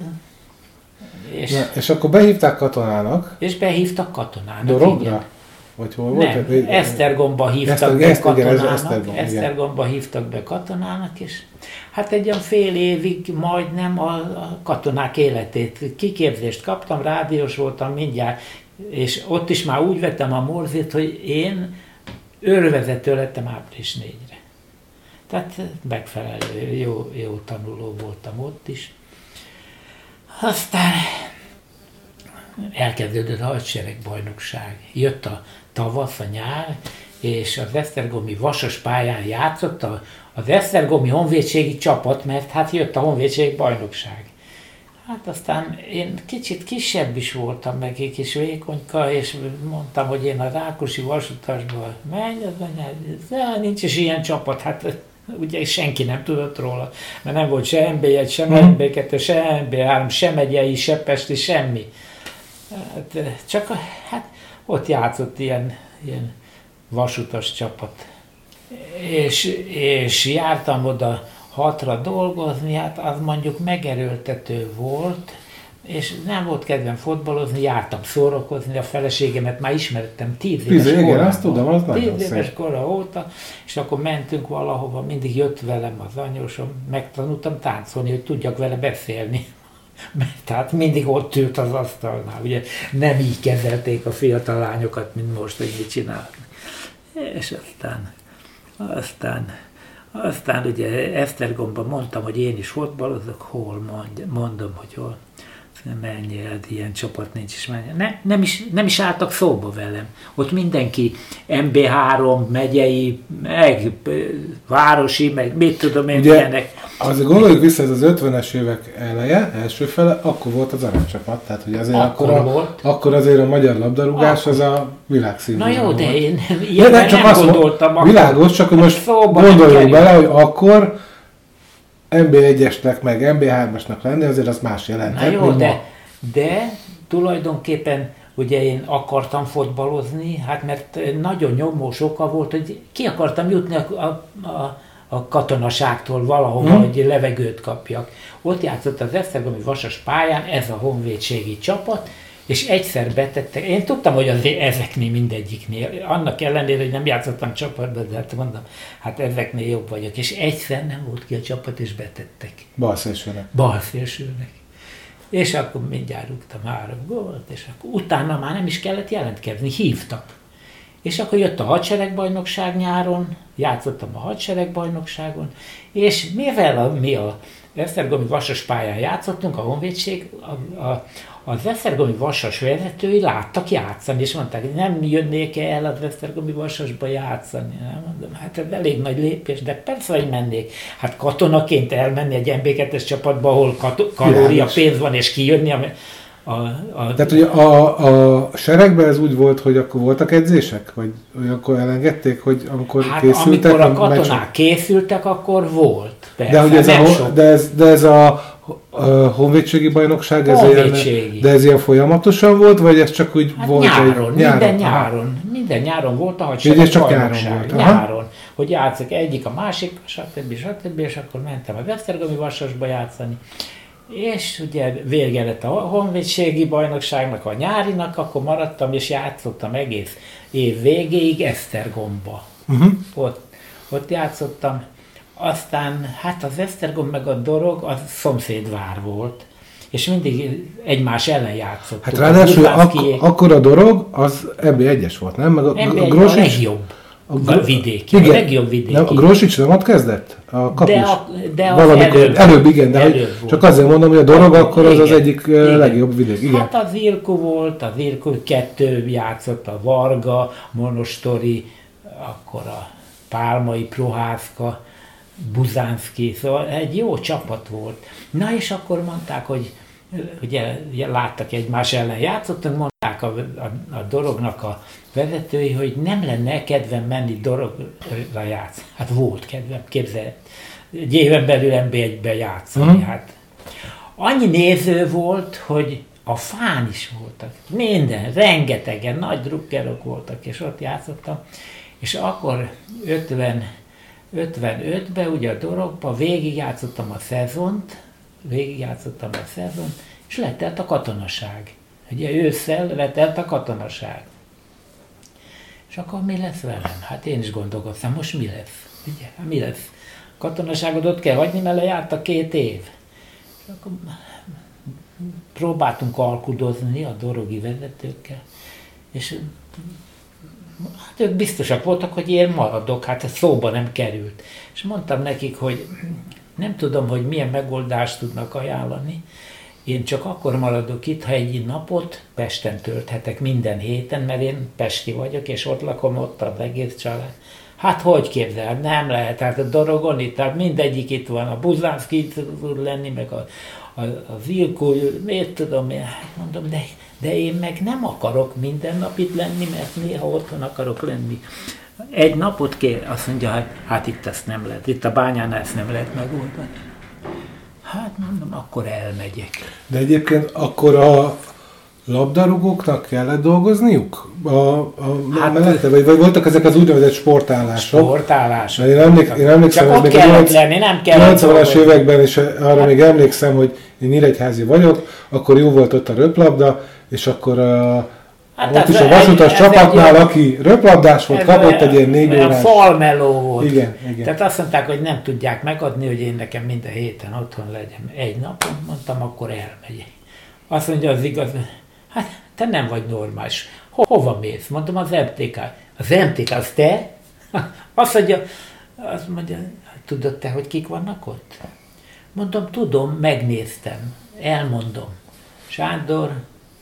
és, Na, és akkor behívták katonának. És behívtak katonának. Dorogra? Vagy hol volt? Nem, Esztergomba hívtak Eszter, be Eszter, katonának. Esztergom, Esztergomba hívtak be katonának, és hát egy olyan fél évig majdnem a, a katonák életét. Kiképzést kaptam, rádiós voltam mindjárt, és ott is már úgy vettem a morzit, hogy én őrvezető lettem április négyedikére. Tehát megfelelő, jó, jó tanuló voltam ott is. Aztán elkezdődött a hadseregbajnokság. Jött a tavasz, a nyár, és az esztergomi vasas pályán játszott az esztergomi honvédségi csapat, mert hát jött a honvédség bajnokság. Hát aztán én kicsit kisebb is voltam, meg egy kis vékonyka, és mondtam, hogy én a Rákosi Vasutasban menj, az nincs is ilyen csapat, hát ugye senki nem tudott róla, mert nem volt se em bé egy, se em bé kettő, se em bé három, se megyei, se pesti, semmi. Hát, csak hát ott játszott ilyen, ilyen vasutas csapat. És, és jártam oda hatra dolgozni, hát az mondjuk megerőltető volt, és nem volt kedvem fotbalozni, jártam szórakozni, a feleségemet már ismertem tíz éves Tíz, igen, korában. azt tudom, az nagyon Tíz éves szép. kora óta, és akkor mentünk valahova, mindig jött velem az anyósom, megtanultam táncolni, hogy tudjak vele beszélni. Tehát mindig ott ült az asztalnál, ugye nem így kezelték a fiatal lányokat, mint most, hogy mit csinálnak. És aztán, aztán, aztán ugye Esztergomban mondtam, hogy én is fotbalozok, hol mond, mondom, hogy hol. Menjél, hát ilyen csapat nincs is. Ne, nem is. Nem is álltak szóba velem. Ott mindenki em bé három, megyei, meg városi, meg mit tudom én milyenek. Azért gondoljuk vissza, ez az ötvenes évek eleje, első fele, akkor volt az aranycsapat, tehát hogy azért akkor, akkor, a, akkor azért a magyar labdarúgás akkor. Az a világszínvonalon. Na jó, de volt. én ilyen nem, csak nem azt gondoltam. Akkor, világos, csak hogy most gondoljunk bele, hogy akkor em bé egyesnek meg em bé hármasnak lenni, azért az más jelentett. Na jó, de, de tulajdonképpen ugye én akartam fotbalozni, hát mert nagyon nyomós oka volt, hogy ki akartam jutni a, a, a, a katonaságtól valahova, hmm. hogy levegőt kapjak. Ott játszott az esztergomi vasas pályán ez a honvédségi csapat, és egyszer betettek, én tudtam, hogy az ezeknél mindegyiknél, annak ellenére, hogy nem játszottam csapatban, de hát mondom, hát ezeknél jobb vagyok, és egyszer nem volt ki a csapat, és betettek. Balszélsőnek. Balszélsőnek. És akkor mindjárt rúgtam három gólt, és akkor utána már nem is kellett jelentkezni, hívtak. És akkor jött a hadseregbajnokság nyáron, játszottam a hadseregbajnokságon, és mivel a, mi a esztergomi vasas pályán játszottunk, a honvédség, a, a, az esztergomi vasas vezetői láttak játszani, és mondták, hogy nem jönnék el az esztergomi vasasba játszani. Nem mondom, hát ez elég nagy lépés, de persze, hogy mennék. Hát katonaként elmenni egy em bé kettes csapatba, ahol kat- kalória pénz van, és kijönni a... A, a... Tehát ugye a, a seregben ez úgy volt, hogy akkor voltak edzések? Vagy, vagy akkor elengedték, hogy amikor hát készültek? amikor a katonák meccsek? készültek, akkor volt. Persze, de, hogy ez a, a, de, ez, de ez a, a honvédségi bajnokság, ez honvédségi. Ilyen, de ez ilyen folyamatosan volt, vagy ez csak úgy hát volt? Nyáron, egy, nyáron, minden nyáron. Minden nyáron volt a hadsereg bajnokság. Nyáron, nyáron, hogy játszik egyik a másik, stb. stb. És akkor mentem az esztergomi vasasba játszani. És ugye vége lett a honvédségi bajnokságnak, a nyárinak, akkor maradtam és játszottam egész év végéig Esztergomba. Uh-huh. Ott, ott játszottam. Aztán hát az Esztergom meg a Dorog az szomszédvár volt. És mindig egymás ellen játszottunk. Hát ráadásul ak- akkor a Dorog az em bé egyes volt, nem? Meg a, em bé egy a Grosics, a legjobb. A, a vidéki, igen, a legjobb vidéki. Nem, a Grosics nem ott kezdett? A kapus? De, a, de az valamikor, előbb, előbb, igen, de előbb csak azért mondom, hogy a Dorog a, akkor az igen, az egyik igen. legjobb vidék. Igen. Hát az Irku volt, az Irku kettő játszott, a Varga, Monostori, akkor a Pálmai, Prohászka, Buzánszki, szóval egy jó csapat volt. Na és akkor mondták, hogy ugye, ugye láttak egymás ellen játszottunk, mondták a, a, a Dorognak a vezetői, hogy nem lenne kedvem menni Dorogra játszani. Hát volt kedvem, képzelj, egy éven belül em bé egyben játszani. Uh-huh. Hát. Annyi néző volt, hogy a fán is voltak, minden, rengetegen, nagy drukkerok voltak, és ott játszottam. És akkor ötven, ötvenötben ugye a Dorogban végigjátszottam a szezont, végigjátszottam a szezont, és letelt a katonaság. Ugye ősszel letelt a katonaság. És akkor mi lesz velem? Hát én is gondolkoztam, most mi lesz? Ugye, mi lesz? Katonaságot ott kell hagyni, mert lejárt a két év. És akkor próbáltunk alkudozni a dorogi vezetőkkel, és hát ők biztosak voltak, hogy én maradok, hát ez szóba nem került. És mondtam nekik, hogy nem tudom, hogy milyen megoldást tudnak ajánlani. Én csak akkor maradok itt, ha egy napot Pesten tölthetek minden héten, mert én pesti vagyok, és ott lakom, ott az egész család. Hát hogy képzel? Nem lehet, hát a Dorogon itt, tehát mindegyik itt van, a Buzánszki itt tud lenni, meg a, a, a Vilkó, miért tudom én, mondom, de, de én meg nem akarok minden nap itt lenni, mert néha otthon akarok lenni. Egy napot kér, azt mondja, hát, hát itt ezt nem lehet, itt a bányánál ezt nem lehet megoldani. Hát mondom, akkor elmegyek. De egyébként akkor a labdarúgóknak kellett dolgozniuk? A, a Hát, mellette? Vagy, vagy voltak ezek az úgynevezett sportállások? Sportállások. Én, emlék, én emlékszem, Csak ott hogy kellett lenni, nem kellett nyolcvanas dolgozni. években, és arra hát, még emlékszem, hogy én nyíregyházi vagyok, akkor jó volt ott a röplabda, és akkor a, hát ott is a vasutas csapatnál, egy, aki röplabdás volt, kapott egy ilyen négy órás... falmeló volt. Igen, igen. Tehát azt mondták, hogy nem tudják megadni, hogy én nekem minden héten otthon legyen. Egy napon mondtam, akkor elmegyek. Azt mondja az igaz, hát te nem vagy normális. Ho- hova mész? Mondtam, az em té ká. Az em té ká, az te? Azt mondja, azt mondja, tudod te, hogy kik vannak ott? Mondom, tudom, megnéztem, elmondom. Sándor,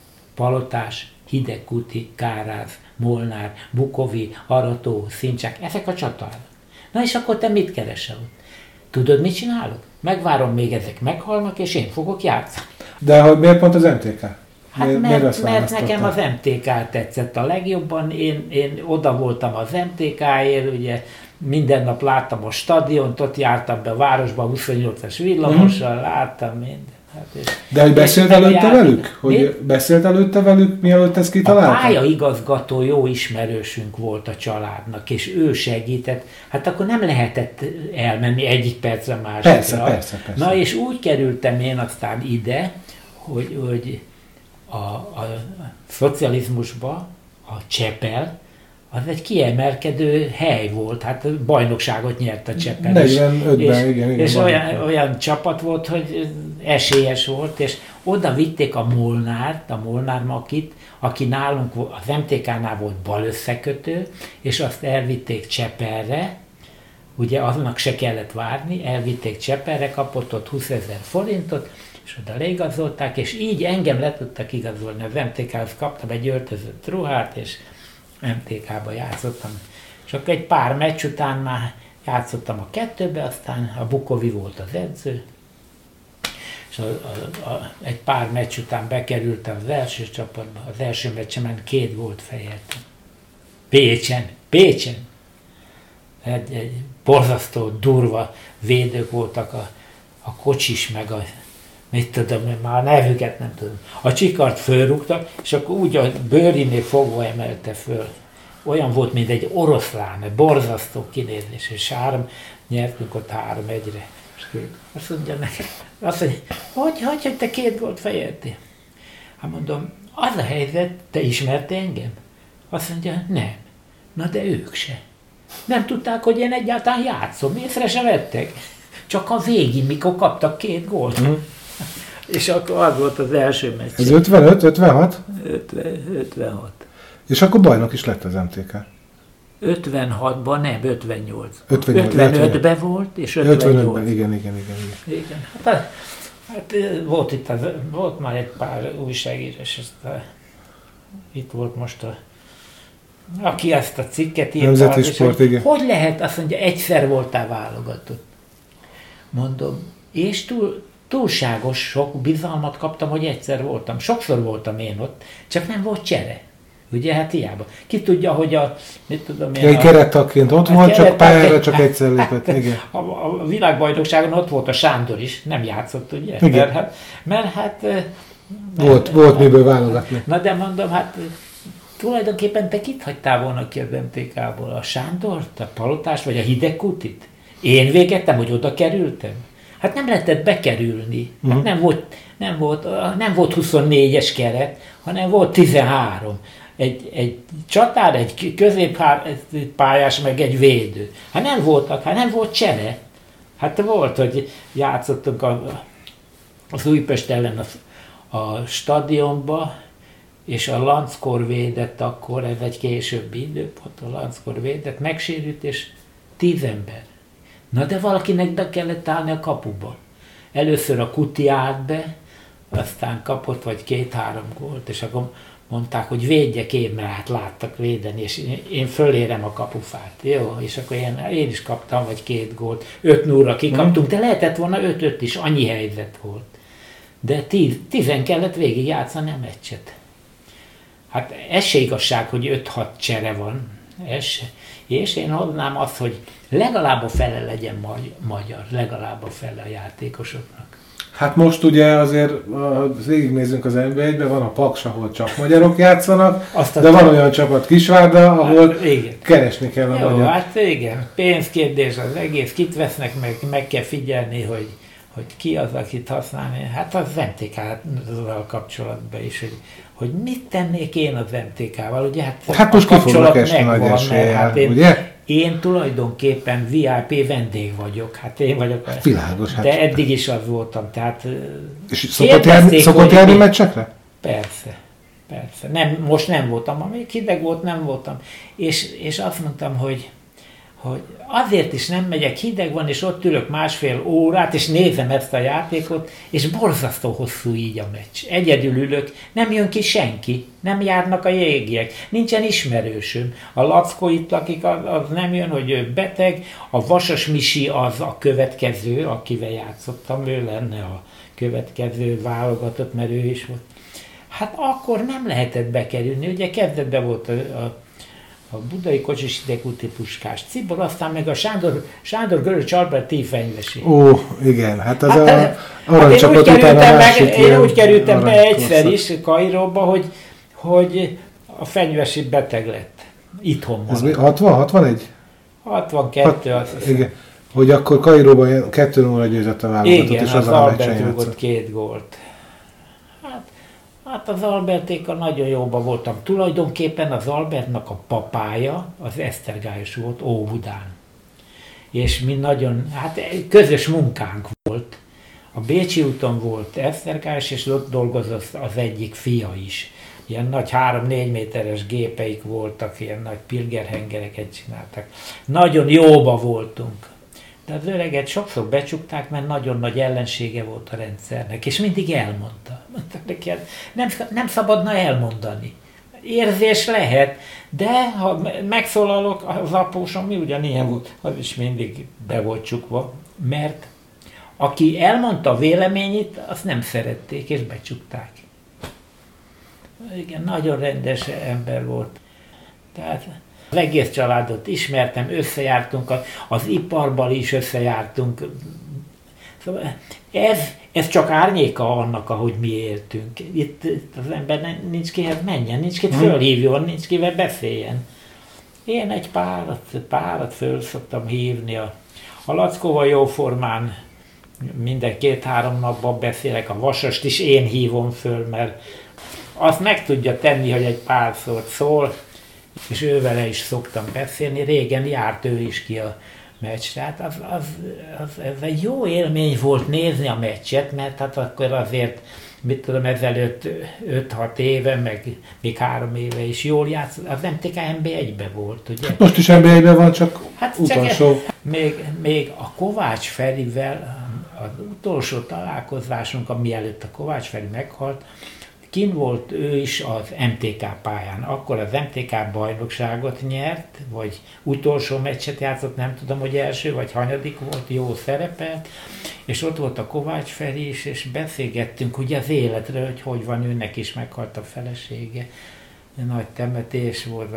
Palotás, Hidegkuti, Káráz, Molnár, Bukovi, Arató, Szincsák, ezek a csatárok. Na és akkor te mit keresel ott? Tudod, mit csinálok? Megvárom, még ezek meghalnak, és én fogok játszani. De hogy miért pont az em té ká? Hát miért, mert, miért mert nekem az em té ká tetszett a legjobban, én, én oda voltam az em té káért, ugye minden nap láttam a stadiont, ott jártam be a városba, huszonnyolcas villamossal, mm. láttam mindent. Hát és, de hogy beszélt előtte jár... velük? Hogy Mi? beszélt előtte velük, mielőtt ezt kitalálta? A pályaigazgató jó ismerősünk volt a családnak, és ő segített. Hát akkor nem lehetett elmenni egyik percre másikra. Persze, persze, persze. Na és úgy kerültem én aztán ide, hogy, hogy a, a szocializmusba a Csepel, az egy kiemelkedő hely volt, hát bajnokságot nyert a Csepel. negyvenötben, és, igen, igen. És olyan, olyan csapat volt, hogy esélyes volt, és oda vitték a Molnárt, a Molnár Makit, aki nálunk az em té ká-nál volt bal összekötő, és azt elvitték Csepelre, ugye annak se kellett várni, elvitték Csepelre, kapott ott húszezer forintot, és oda leigazolták, és így engem le tudtak igazolni. Az em té ká-hoz kaptam egy öltözött ruhát, és em té ká-ba játszottam. És akkor egy pár meccs után már játszottam a kettőbe, aztán a Bukovi volt az edző, és a, a, a, egy pár meccs után bekerültem az első csapatba, az első meccsemen két gólt fejeltem. Pécsen, Pécsen. Egy, egy borzasztó, durva védők voltak a, a kocsis, meg a mit tudom, már a nevüket nem tudom. A csikart fölrúgtak, és akkor úgy a bőrinél fogva emelte föl. Olyan volt, mint egy oroszlán, egy borzasztó kinézés, és három, nyertünk ott három egyre. Azt mondja nekem, azt mondja, hogy, hogy, hogy te két gólt fejeltél? Hát mondom, az a helyzet, te ismerte engem? Azt mondja, nem. Na de ők se. Nem tudták, hogy én egyáltalán játszom, észre se vettek. Csak a végén, mikor kaptak két gólt. Mm. És akkor az volt az első meccs. Ez ötvenöt, ötvenhat? ötven, ötvenhat. És akkor bajnok is lett az em té ká. ötvenhatban nem, ötvennyolc. ötvennyolc ötvenötben volt, és ötvennyolc. ötvenötben, igen, igen, igen. igen. igen. Hát, hát volt itt az, volt már egy pár újságírás, ezt a, itt volt most a aki ezt a cikket írta. Nemzeti Sport, igen. Hogy lehet, azt mondja, egyszer voltál válogatott. Mondom, és túl, túlságos sok bizalmat kaptam, hogy egyszer voltam. Sokszor voltam én ott, csak nem volt csere. Ugye, hát hiába. Ki tudja, hogy a, mit tudom én... Egy kerettagként ott volt, csak pályára csak egyszer lépett, igen. A, a világbajnokságon ott volt a Sándor is, nem játszott, ugye? Igen. Mert hát... Mert hát volt, mert, volt miből válogatni. Na de mondom, hát tulajdonképpen te kit hagytál volna ki az em té ká-ból? A Sándort, a Palotást, vagy a Hidegkutit? Én végettem, hogy oda kerültem? Hát nem lehetett bekerülni. Hát uh-huh. nem, volt, nem, volt, nem volt huszonnégyes keret, hanem volt tizenhárom. Egy, egy csatár, egy középpályás, meg egy védő. Hát nem voltak, hát nem volt csere. Hát volt, hogy játszottunk a, az Újpest ellen a, a stadionba, és a Lanckor védett akkor, ez egy későbbi időpont, a Lanckor védett, megsérült, és tíz ember. Na de valakinek be kellett állni a kapuba. Először a Kuti állt be, aztán kapott vagy két-három gólt, és akkor mondták, hogy védjek én, mert hát láttak védeni, és én fölérem a kapufát. Jó, és akkor én, én is kaptam vagy két gólt, öt nullra kikaptunk, de lehetett volna öt-öt is, annyi helyzet volt. De tíz, tizen kellett végig játszani a meccset. Hát ez se igazság, hogy öt-hat csere van. Ez se. És én hoznám azt, hogy legalább a fele legyen magyar, legalább a fele a játékosoknak. Hát most ugye azért, ha végignézzünk az en bé egyben, van a Paks, ahol csak magyarok játszanak, Aztán de van olyan csapat Kisvárda, ahol hát, keresni kell a Jó, magyar. Hát igen, pénzkérdés az egész, kit vesznek meg, meg kell figyelni, hogy, hogy ki az, akit használni. Hát az em té ká-val kapcsolatban is, hogy, hogy mit tennék én az em té ká-val, ugye? Hát, hát most ki fognak esni nagy eséllyel, hát én, ugye? Én tulajdonképpen vé i pé vendég vagyok, hát én vagyok. Világos, hát. De eddig is az voltam, tehát... És szokott járni, szokott járni meccsekre? Persze, persze. Nem, most nem voltam, amíg hideg volt, nem voltam. És, és azt mondtam, hogy, hogy azért is nem megyek, hideg van, és ott ülök másfél órát, és nézem ezt a játékot, és borzasztó hosszú így a meccs. Egyedül ülök, nem jön ki senki, nem járnak a jégiek, nincsen ismerősöm. A Lackó itt lakik, az, az nem jön, hogy ő beteg, a Vasas Misi az a következő, akivel játszottam, ő lenne a következő válogatott, mert ő is volt. Hát akkor nem lehetett bekerülni, ugye kezdetben volt a, a a budai kocsis idegúti Puskás Cibor, aztán meg a Sándor, Sándor Göröcs Albert Fenyvesi. Ó, igen, hát az hát, a aranycsapat hát után a másik meg, Én úgy kerültem be egyszer korszak. is Kairóba, hogy, hogy a Fenyvesi beteg lett. Itthon van. Ez hatvan, hatvanegy? hatvankettő, Hat, azt hiszem. Igen, hogy akkor Kairóban kettő nulla győzött a válogatott, igen, és az, az a Albert meccsen rúgott játszott. két gólt. Hát, hát az Albertékkal nagyon jóban voltam. Tulajdonképpen az Albertnak a papája az Esztergályos volt Óbudán. És mi nagyon, hát közös munkánk volt. A Bécsi úton volt Esztergályos, és ott dolgozott az egyik fia is. Ilyen nagy három-négy méteres gépeik voltak, ilyen nagy pilgerhengereket csináltak. Nagyon jóba voltunk. De az öreget sokszor becsukták, mert nagyon nagy ellensége volt a rendszernek, és mindig elmondta. Mondta neki, nem, nem szabadna elmondani. Érzés lehet, de ha megszólalok, az apósom mi ugyanilyen volt, az is mindig be volt csukva, mert aki elmondta a véleményét, azt nem szerették, és becsukták. Igen, nagyon rendes ember volt. Tehát az egész családot ismertem, összejártunk, az iparban is összejártunk. Szóval ez, ez csak árnyéka annak, ahogy mi éltünk. Itt, itt az ember nincs kihez menjen, nincs ki fölhívjon, nincs kivel beszéljen. Én egy párat, párat föl szoktam hívni. A, a Lackóval jóformán minden két-három napban beszélek, a Vasast is én hívom föl, mert azt meg tudja tenni, hogy egy pár szót szól, és ővele is szoktam beszélni. Régen járt ő is ki a meccsre. Hát az, az, az, ez egy jó élmény volt nézni a meccset, mert hát akkor azért, mit tudom, ezelőtt öt-hat éve, meg még három éve is jól játszott. Az em té ká en bé egyben volt, ugye? Most is en bé egyben van, csak hát utolsó. Csak még, még a Kovács Ferivel, az utolsó találkozásunk, mielőtt a Kovács Feri meghalt, kint volt ő is az em té ká pályán. Akkor az em té ká bajnokságot nyert, vagy utolsó meccset játszott, nem tudom, hogy első vagy hanyadik volt, jó szerepelt, és ott volt a Kovács Feri is, és beszélgettünk ugye az életről, hogy hogy van, őnek is meghalt a felesége. Nagy temetés volt,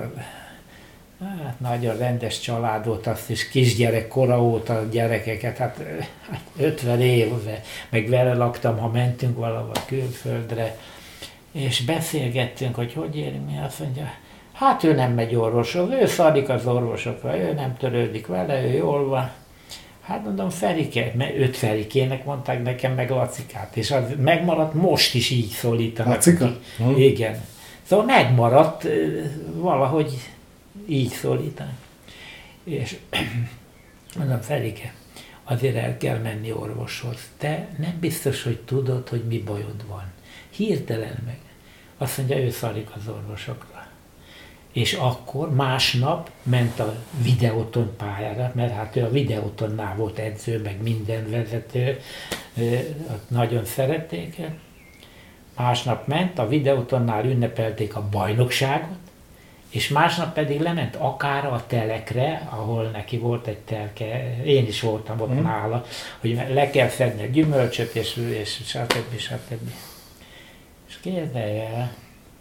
hát nagyon rendes család volt, azt is kisgyerek kora óta a gyerekeket, hát, hát ötven éve, meg vele laktam, ha mentünk valahol külföldre, és beszélgettünk, hogy hogy élünk, mi azt mondja, hát ő nem megy orvoshoz, ő szadik az orvosokra, ő nem törődik vele, ő jól van. Hát mondom, Ferike, mert őt Ferikének mondták nekem, meg Lacikát, és az megmaradt, most is így szólítanak. Lacika? Hm. Igen. Szóval megmaradt, valahogy így szólítanak. És mondom, Ferike, azért el kell menni orvoshoz. Te nem biztos, hogy tudod, hogy mi bajod van. Hirtelen meg. Azt mondja, ő szarik az orvosokra. És akkor másnap ment a Videoton pályára, mert hát ő a Videotonnál volt edző, meg minden vezető, nagyon szerették. Másnap ment, a Videotonnál ünnepelték a bajnokságot, és másnap pedig lement akár a telekre, ahol neki volt egy telke, én is voltam ott mm. nála, hogy le kell szedni a gyümölcsöt, és, és stb. stb. És képzelj el,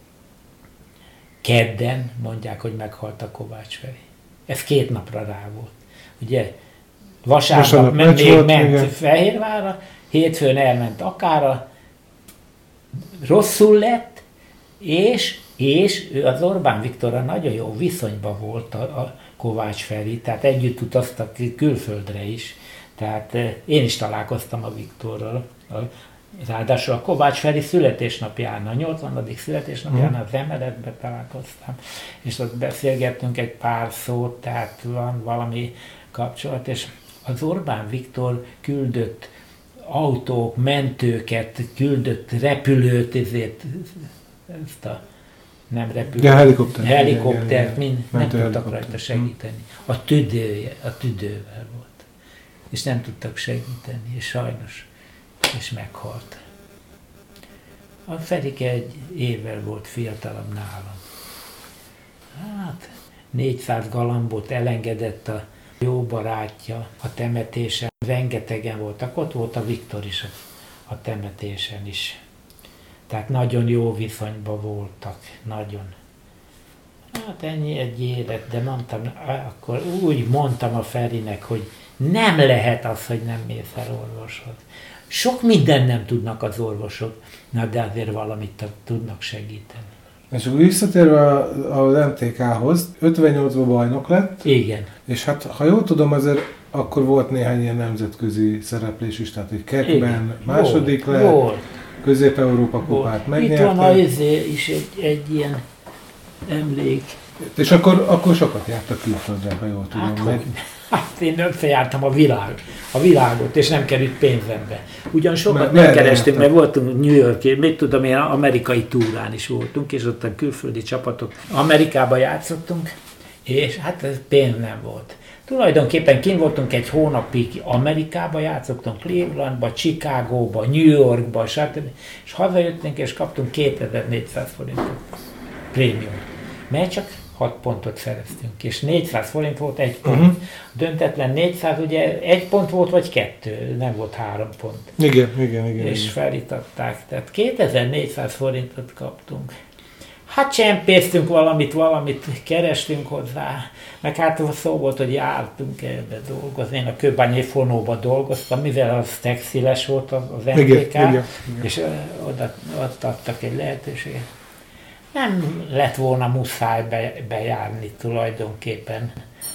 kedden mondják, hogy meghalt a Kovács Feri. Ez két napra rá volt. Ugye vasárnap ment, még ment Fehérvárra, hétfőn elment Akára, rosszul lett, és, és ő az Orbán Viktorral nagyon jó viszonyban volt a, a Kovács Feri, tehát együtt utaztak külföldre is. Tehát én is találkoztam a Viktorral. Ráadásul a Kovács Feri születésnapján, a nyolcvanadik születésnapján az emeletben találkoztam, és ott beszélgettünk egy pár szót, tehát van valami kapcsolat, és az Orbán Viktor küldött autók, mentőket, küldött repülőt, ezért ezt a nem repülőt, ja, helikopter. helikoptert, mind nem tudtak rajta segíteni. A tüdője, a tüdővel volt. És nem tudtak segíteni, és sajnos, és meghalt. A Ferike egy évvel volt fiatalabb nálam. Hát, négyszáz galambot elengedett a jó barátja a temetésen. Rengetegen voltak, ott volt a Viktor is a, a temetésen is. Tehát nagyon jó viszonyban voltak, nagyon. Hát ennyi egy élet, de mondtam, akkor úgy mondtam a Ferinek, hogy nem lehet az, hogy nem mész el orvoshoz. Sok minden nem tudnak az orvosok, na de azért valamit tudnak segíteni. És akkor visszatérve az em té ká-hoz, ötvennyolcban bajnok lett. Igen. És hát, ha jól tudom, azért akkor volt néhány ilyen nemzetközi szereplés is, tehát hogy Keckben második volt, lett, volt. Közép-Európa kupát megnyerte. Itt van a izé is egy, egy ilyen emlék. És akkor, akkor sokat jártak külföldre, ha jól tudom. Hát, meg. Hát én összejártam a világ, a világot, és nem került pénzembe. Ugyan sokat Mert nem kerestünk, jártak? mert voltunk New York, mit tudom én, amerikai túrán is voltunk, és ott a külföldi csapatok Amerikába játszottunk, és hát ez pénz nem volt. Tulajdonképpen kint voltunk egy hónapig Amerikába, játszottunk Clevelandba, Chicagóba, New Yorkba, stb. És hazajöttünk, és kaptunk kétezer-négyszáz forintot prémium. Mert csak hat pontot szereztünk, és négyszáz forint volt egy pont. Uh-huh. Döntetlen négyszáz, ugye egy pont volt, vagy kettő, nem volt három pont. Igen, igen, igen. És igen. felítatták, tehát kétezer-négyszáz forintot kaptunk. Hát csempésztünk valamit, valamit kerestünk hozzá, meg hát szó volt, hogy jártunk ebbe dolgozni. Én a Kőbányai Fonóba dolgoztam, mivel az textiles volt az em té ká, igen, igen, igen. és oda, ott adtak egy lehetőséget. Nem lett volna muszáj be, bejárni tulajdonképpen,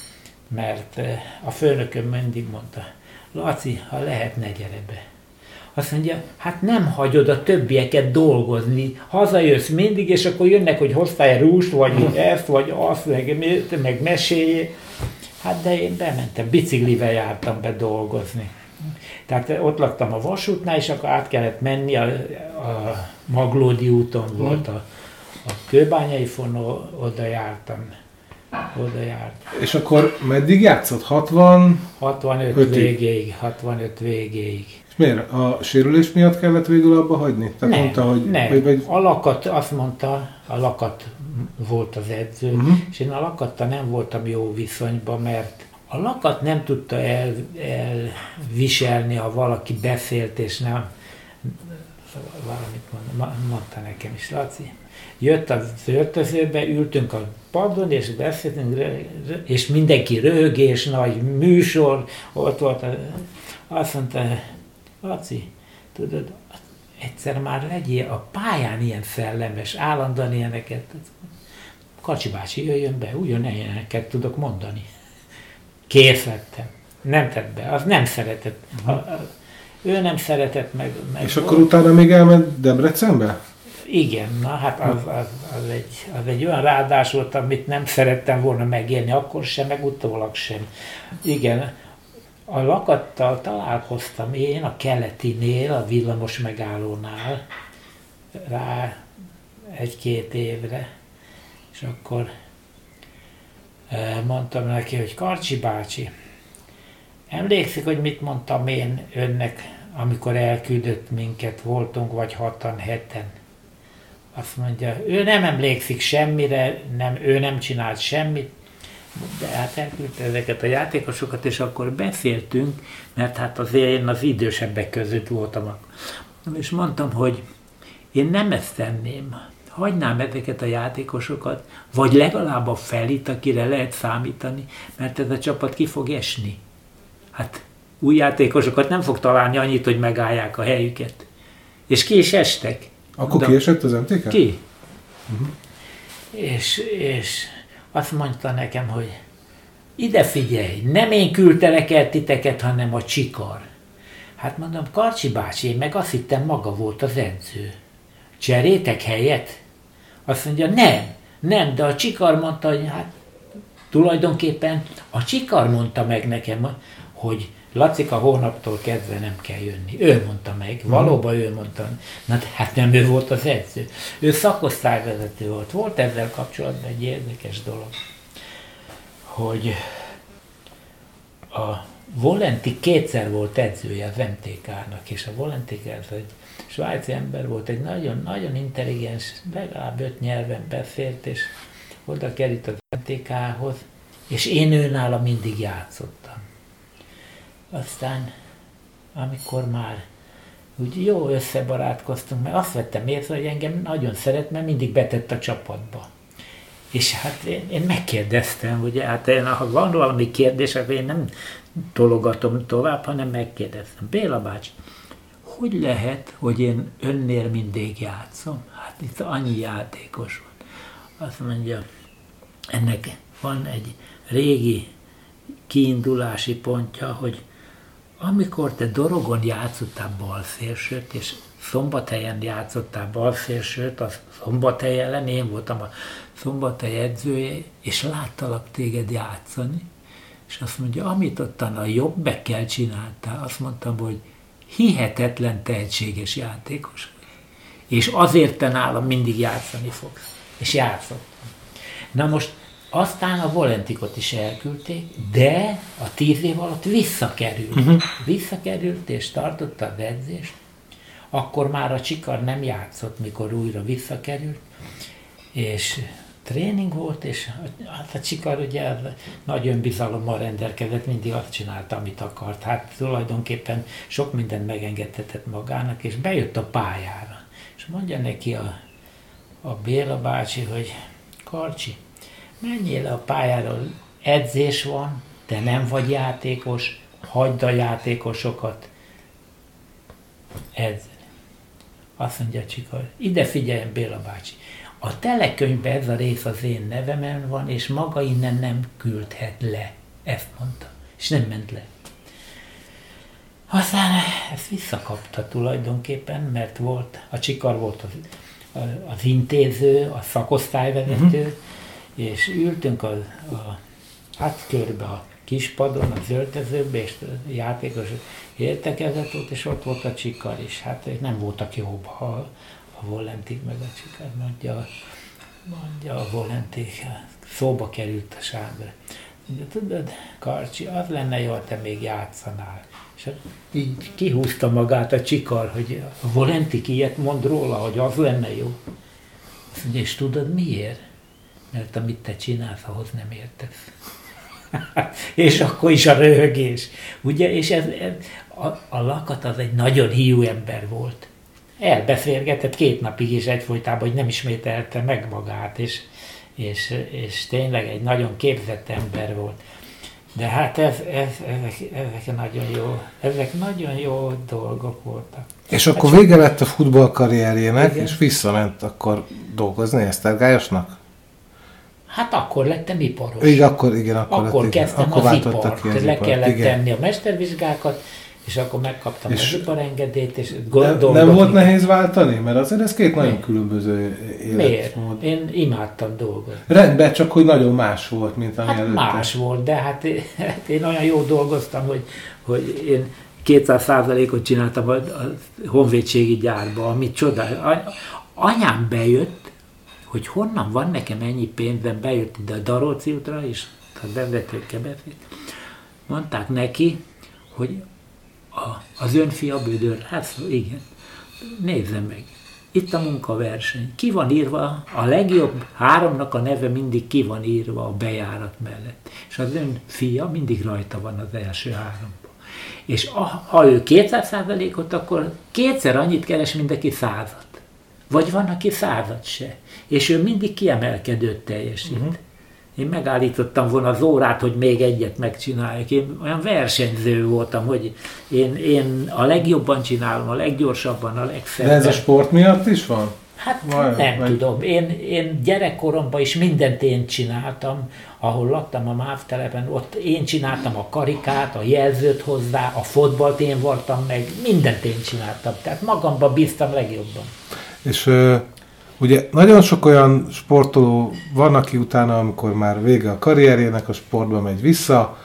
mert a főnököm mindig mondta, Laci, ha lehet, ne gyere be. Azt mondja, hát nem hagyod a többieket dolgozni, hazajössz mindig, és akkor jönnek, hogy hoztál rúst, vagy ezt, vagy azt, meg, meg meséljé. Hát de én bementem, biciklivel jártam be dolgozni. Tehát ott laktam a vasútnál, és akkor át kellett menni, a, a Maglódi úton volt a, a Kőbányai Fonó, oda jártam. Oda jártam. És akkor meddig játszott? hatvan? hatvanöt ötig. végéig, hatvanöt végéig. És miért? A sérülés miatt kellett végül abba hagyni? Tehát Nem, mondta, hogy, nem. Vagy, vagy... A Lakat, azt mondta, a Lakat volt az edző, uh-huh. és én a Lakattal nem voltam jó viszonyban, mert a Lakat nem tudta el, elviselni, ha valaki beszélt, és nem, valamit mondta, mondta nekem is, Laci. Jött az öltözőbe, ültünk a padon, és beszéltünk, és mindenki röhögés, nagy műsor, ott volt, azt mondta, Laci, tudod, egyszer már legyél a pályán ilyen szellemes, állandóan ilyeneket. Kacsi bácsi, jöjjön be, ilyeneket tudok mondani. Kész lettem. Nem tett be, az nem szeretett. A, a, ő nem szeretett meg. meg És akkor utána még elment Debrecenbe? Igen, na hát az, az, az, egy, az egy olyan ráadás volt, amit nem szerettem volna megélni, akkor sem, meg utólag sem. Igen, a Lakattal találkoztam én a Keletinél, a villamos megállónál rá egy-két évre, és akkor mondtam neki, hogy Karcsi bácsi, emlékszik, hogy mit mondtam én önnek, amikor elküldött minket, voltunk vagy hatan, heten. Azt mondja, ő nem emlékszik semmire, nem, ő nem csinált semmit, de hát elküldte ezeket a játékosokat, és akkor beszéltünk, mert hát azért én az idősebbek között voltam. És mondtam, hogy én nem ezt tenném, hagynám ezeket a játékosokat, vagy legalább a felit, akire lehet számítani, mert ez a csapat ki fog esni. Hát új játékosokat nem fog találni annyit, hogy megállják a helyüket. És ki is estek. Akkor De, ki esett az em té ká? Ki. Uh-huh. És, és azt mondta nekem, hogy ide figyelj, nem én küldtelek el titeket, hanem a Csikar. Hát mondom, Karcsi bácsi, én meg azt hittem, maga volt az edző. Cserétek helyet? Azt mondja, nem, nem, de a Csikar mondta, hogy hát tulajdonképpen a Csikar mondta meg nekem, hogy Lacika, hónaptól kezdve nem kell jönni. Ő mondta meg, valóban ő mondta. Na hát nem ő volt az edző. Ő szakosztályvezető volt. Volt ezzel kapcsolatban egy érdekes dolog, hogy a Volenti kétszer volt edzője az em té ká-nak, és a Volenti ez egy svájci ember volt, egy nagyon-nagyon intelligens, legalább öt nyelven beszélt, és oda került az em té ká-hoz, és én őnála mindig játszottam. Aztán, amikor már úgy jó összebarátkoztunk, mert azt vettem észre, hogy engem nagyon szeret, mert mindig betett a csapatba. És hát én, én megkérdeztem, hogy hát én, ha van valami kérdés, akkor én nem tologatom tovább, hanem megkérdeztem. Béla bácsi, hogy lehet, hogy én önnél mindig játszom? Hát itt annyi játékos van. Azt mondja, ennek van egy régi kiindulási pontja, hogy amikor te Dorogon játszottál balszélsőt, és Szombathelyen játszottál balszélsőt, a Szombathely ellen én voltam a Szombathely edzője, és láttalak téged játszani, és azt mondja, amit ottan a jobb bekkel csináltál, azt mondtam, hogy hihetetlen tehetséges játékos vagy. És azért te nálam mindig játszani fogsz. És játszottam. Na most aztán a Volentikot is elküldték, de a tíz év alatt visszakerült. Uh-huh. Visszakerült és tartotta az edzést. Akkor már a Csikar nem játszott, mikor újra visszakerült, és tréning volt, és hát a Csikar ugye nagy önbizalommal rendelkezett, mindig azt csinálta, amit akart. Hát tulajdonképpen sok mindent megengedhetett magának, és bejött a pályára. És mondja neki a, a Béla bácsi, hogy Karcsi, menjél le a pályáról, edzés van, te nem vagy játékos, hagyd a játékosokat edzeni. Azt mondja Csikar, ide figyeljen Béla bácsi, a telekönyvben ez a rész az én nevemen van, és maga innen nem küldhet le. Ezt mondta, és nem ment le. Aztán ezt visszakapta tulajdonképpen, mert volt, a Csikar volt az, az intéző, a szakosztályvezető, uh-huh. és ültünk a, a hát körbe a kispadon, az öltözőbe, és a játékosok értekezett volt, és ott volt a Csikar is. Hát nem voltak jobb, ha a Volentik meg a Csikar, mondja, mondja a Volentik, szóba került a Sándor. Mondja, tudod, Karcsi, az lenne jó, ha te még játszanál. És így kihúzta magát a Csikar, hogy a Volentik ilyet mond róla, hogy az lenne jó. Azt mondja, és tudod miért? Mert amit te csinálsz, ahhoz nem értesz. És akkor is a röhögés. Ugye, és ez, ez, a, a Lakat az egy nagyon hiú ember volt. Elbeszélgetett két napig is egyfolytában, hogy nem ismételte meg magát, és, és, és tényleg egy nagyon képzett ember volt. De hát ez, ez, ezek, ezek, nagyon jó, ezek nagyon jó dolgok voltak. És akkor hát vége lett a futballkarrierjének, igen. És visszament akkor dolgozni Esztergályosnak? Hát akkor lettem iparos. Igen, akkor, igen, akkor, akkor lett, kezdtem akkor az ipart, ki az le ipart, kellett igen. tenni a mestervizsgákat, és akkor megkaptam és az iparengedélyt, és nem, nem volt nehéz váltani? Mert azért ez két nagyon különböző Miért? életmód. Én imádtam dolgozni. Rendben, csak hogy nagyon más volt, mint ami hát előtte. más volt, de hát, hát én olyan jó dolgoztam, hogy, hogy én kétszáz százalékot csináltam a, a honvédségi gyárba, amit csodál. Anyám bejött, hogy honnan van nekem ennyi pénzem, bejött ide a Daróci útra, és a bevetőkkel beszélt. Mondták neki, hogy a, az ön fia Bödör, hát igen, nézze meg, itt a munkaverseny, ki van írva, a legjobb háromnak a neve mindig ki van írva a bejárat mellett, és az ön fia mindig rajta van az első háromban. És a, ha ő kétszáz százalékot, akkor kétszer annyit keres, mint aki százat. Vagy van, aki százat se. És ő mindig kiemelkedőt teljesít. Uh-huh. Én megállítottam volna az órát, hogy még egyet megcsináljak. Én olyan versenyző voltam, hogy én, én a legjobban csinálom, a leggyorsabban, a legszebben. De ez a sport miatt is van? Hát Vaj, nem vagy... tudom. Én, én gyerekkoromban is mindent én csináltam, ahol laktam a MÁV telepen, ott én csináltam a karikát, a jelzőt hozzá, a fotbalt én voltam meg, mindent én csináltam. Tehát magamban bíztam legjobban. És ö, ugye nagyon sok olyan sportoló van, aki utána, amikor már vége a karrierjének, a sportba megy vissza,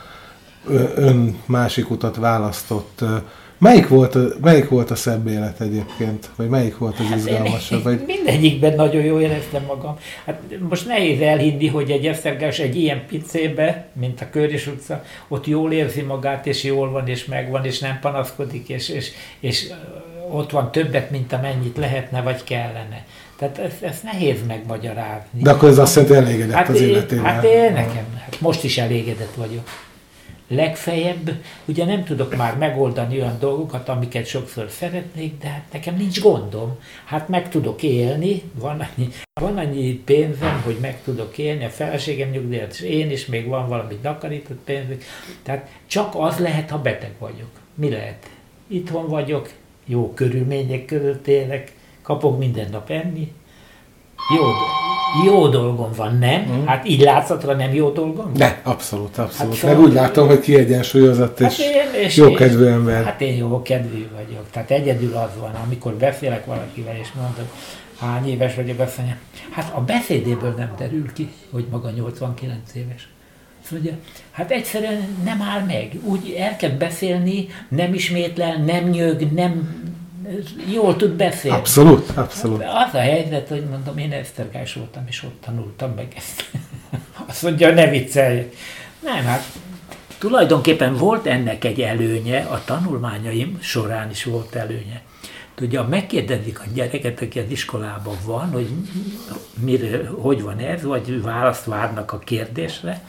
ön másik utat választott. Melyik volt, a, melyik volt a szebb élet egyébként? Vagy melyik volt az hát izgalmasabb? Vagy... Mindegyikben nagyon jól éreztem magam. Hát most nehéz elhinni, hogy egy esztergás egy ilyen pincébe, mint a Körös utca, ott jól érzi magát, és jól van, és megvan, és nem panaszkodik, és, és, és ott van többet, mint amennyit lehetne, vagy kellene. Tehát ezt, ezt nehéz megmagyarázni. De akkor ez azt jelenti, elégedett hát az életével. Hát én nekem, hát most is elégedett vagyok. Legfeljebb, ugye nem tudok már megoldani olyan dolgokat, amiket sokszor szeretnék, de hát nekem nincs gondom. Hát meg tudok élni, van annyi, van annyi pénzem, hogy meg tudok élni, a feleségem nyugdíjat, és én is, még van valami takarított pénzük. Tehát csak az lehet, ha beteg vagyok. Mi lehet? Itthon vagyok, jó körülmények között élek, kapok minden nap enni, jó, jó dolgom van, nem? Mm. Hát így látszatra nem jó dolgom? De, abszolút, abszolút. Hát, szóval... Meg úgy látom, hogy kiegyensúlyozott és, hát és jókedvű ember. Hát én jókedvű vagyok. Tehát egyedül az van, amikor beszélek valakivel, és mondom, hány éves vagyok, azt mondja, hát a beszédéből nem derül ki, hogy maga nyolcvankilenc éves. Azt mondja, hát egyszerűen nem áll meg. Úgy el kell beszélni, nem ismétlel, nem nyög, nem... jól tud beszélni. Abszolút, abszolút. Az a helyzet, hogy mondom, én esztergás voltam, és ott tanultam meg ezt. Azt mondja, ne viccelj. Nem, hát tulajdonképpen volt ennek egy előnye, a tanulmányaim során is volt előnye. Tudja, megkérdezik a gyereket, aki az iskolában van, hogy mire, hogy van ez, vagy választ várnak a kérdésre,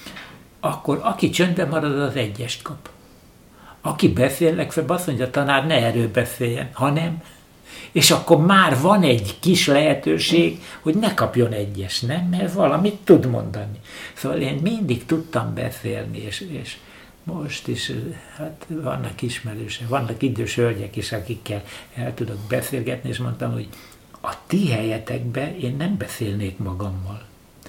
akkor aki csöndben marad, az egyest kap. Aki beszél, legfeljebb azt mondja, a tanár ne erről beszéljen, hanem, és akkor már van egy kis lehetőség, hogy ne kapjon egyes, nem? Mert valamit tud mondani. Szóval én mindig tudtam beszélni, és, és most is, hát vannak ismerősek, vannak idős hölgyek is, akikkel el tudok beszélgetni, és mondtam, hogy a ti helyetekben én nem beszélnék magammal.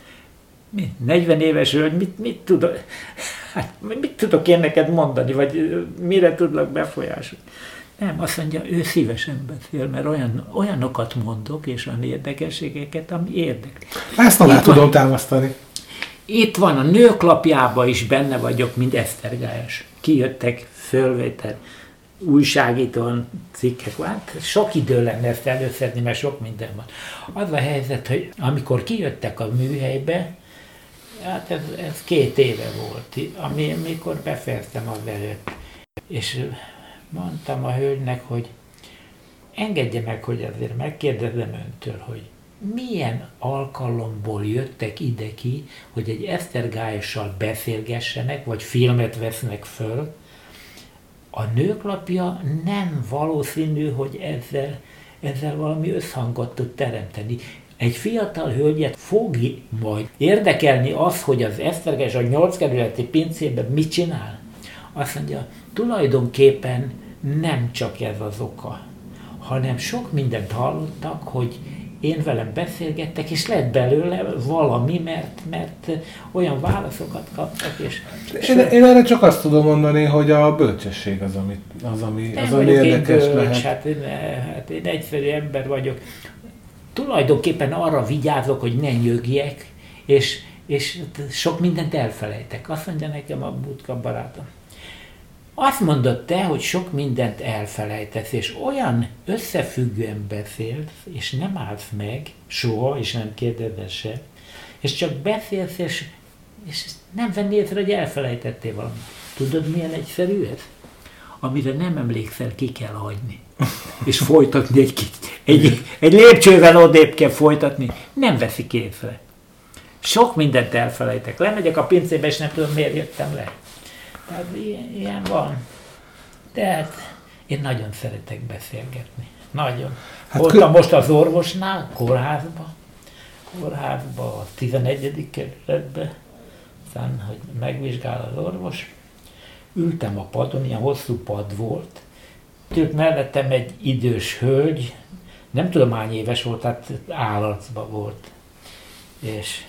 Mi? negyven éves hölgy, mit, mit tudok? Hát, mit tudok én neked mondani, vagy mire tudlak befolyásolni? Nem, azt mondja, ő szívesen beszél, mert olyan, olyanokat mondok, és olyan érdekességeket, ami érdekel. Ezt alá tudom támasztani. Itt van, a Nőklapjában is benne vagyok, mint esztergályos. Kijöttek fölvétel, újságítón cikkek, hát sok idő lenne ezt előszedni, mert sok minden van. Az a helyzet, hogy amikor kijöttek a műhelybe, hát ez, ez két éve volt, ami, amikor befejeztem az előtt. És mondtam a hölgynek, hogy engedje meg, hogy azért megkérdezem öntől, hogy milyen alkalomból jöttek ide ki, hogy egy esztergályossal beszélgessenek, vagy filmet vesznek föl. A Nőklapja nem valószínű, hogy ezzel, ezzel valami összhangot tud teremteni. Egy fiatal hölgyet fog majd érdekelni az, hogy az esztergályos a nyolc kerületi pincében mit csinál. Azt mondja, tulajdonképpen nem csak ez az oka, hanem sok mindent hallottak, hogy én velem beszélgettek, és lett belőle valami, mert, mert olyan válaszokat kaptak. És én, én erre csak azt tudom mondani, hogy a bölcsesség az, ami, az, ami, az, ami érdekes bölcs, lehet. Hát én, hát én egyszerű ember vagyok. Tulajdonképpen arra vigyázok, hogy ne nyögjek, és, és sok mindent elfelejtek. Azt mondja nekem a Budka barátom. Azt mondod te, hogy sok mindent elfelejtesz, és olyan összefüggően beszélsz, és nem állsz meg soha, és nem kérdezel se, és csak beszélsz, és, és nem venni észre, hogy elfelejtettél valamit. Tudod, milyen egyszerű ez? Amire nem emlékszel, ki kell hagyni. És folytatni egy kicsit. Egy, egy lépcsővel odébb kell folytatni. Nem veszik észre. Sok mindent elfelejtek. Lemegyek a pincébe, és nem tudom, miért jöttem le. Tehát ilyen, ilyen van. De hát én nagyon szeretek beszélgetni. Nagyon. Hát Voltam kö... most az orvosnál, kórházban. kórházba, a tizenegyedik kerületbe, aztán, hogy megvizsgál az orvos. Ültem a padon, ilyen hosszú pad volt. Ült mellettem egy idős hölgy, nem tudom hány éves volt, tehát állarcban volt. És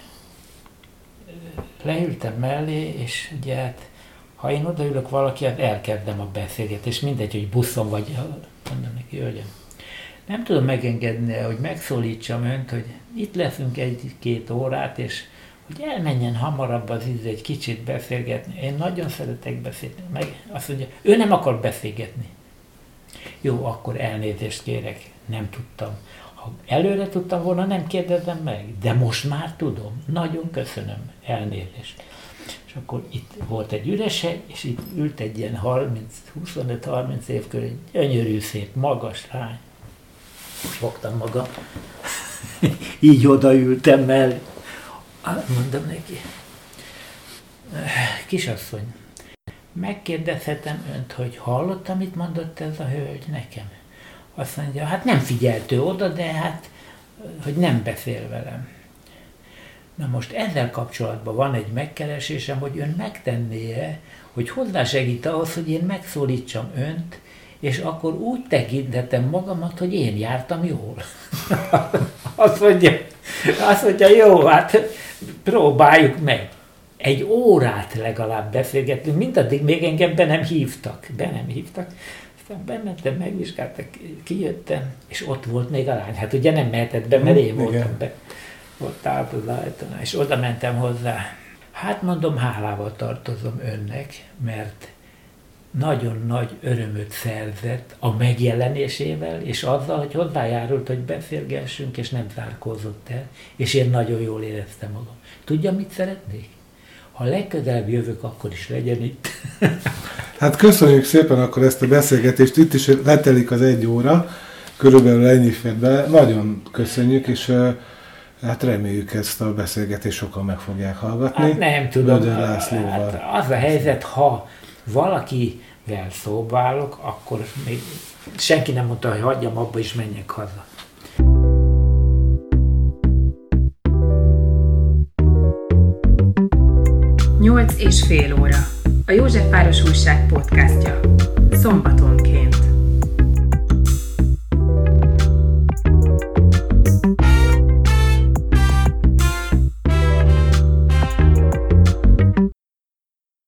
leültem mellé, és ugye hát, ha én odaülök valaki, hát elkezdem a beszélgetést, mindegy, hogy buszon vagy, mondom neki, hölgyem. Nem tudom megengedni, hogy megszólítsam önt, hogy itt leszünk egy-két órát, és hogy elmenjen hamarabb az idő egy kicsit beszélgetni. Én nagyon szeretek beszélni. Meg azt mondja, ő nem akar beszélgetni. Jó, akkor elnézést kérek, nem tudtam. Ha előre tudtam volna, nem kérdezem meg, de most már tudom. Nagyon köszönöm, elnézést. És akkor itt volt egy ürese, és itt ült egy ilyen huszonöt-harminc év körül, egy gyönyörű szép, magas lány. Fogtam magam, így odaültem el. Mondom neki, kisasszony, megkérdezhetem önt, hogy hallottam, mit mondott ez a hölgy nekem? Azt mondja, hát nem figyelt ő oda, de hát, hogy nem beszél velem. Na most ezzel kapcsolatban van egy megkeresésem, hogy ön megtenné-e, hogy hozzásegít ahhoz, hogy én megszólítsam önt, és akkor úgy tekintetem magamat, hogy én jártam jól. azt, mondja, azt mondja, jó, hát próbáljuk meg. Egy órát legalább beszélgettünk, mindaddig még engem be nem hívtak. Be nem hívtak. Aztán bementem, megvizsgáltak, kijöttem, és ott volt még a lány. Hát ugye nem mehetett be, mert én voltam be. Ott állt az ajtón, és oda mentem hozzá. Hát mondom, hálával tartozom önnek, mert nagyon nagy örömöt szerzett a megjelenésével, és azzal, hogy hozzájárult, hogy beszélgessünk, és nem zárkózott el, és én nagyon jól éreztem magam. Tudja, mit szeretnék? Ha legközelebb jövök, akkor is legyen itt. Hát köszönjük szépen akkor ezt a beszélgetést, itt is letelik az egy óra, körülbelül ennyi fér bele. Nagyon köszönjük, és hát reméljük ezt a beszélgetést sokan meg fogják hallgatni. Hát nem tudom, Bödör Lászlóval. Hát az a helyzet, ha valakivel szóba állok, akkor még senki nem mondta, hogy hagyjam abba és menjek haza. Nyolc és fél óra. A Józsefváros Újság podcastja. Szombatonként.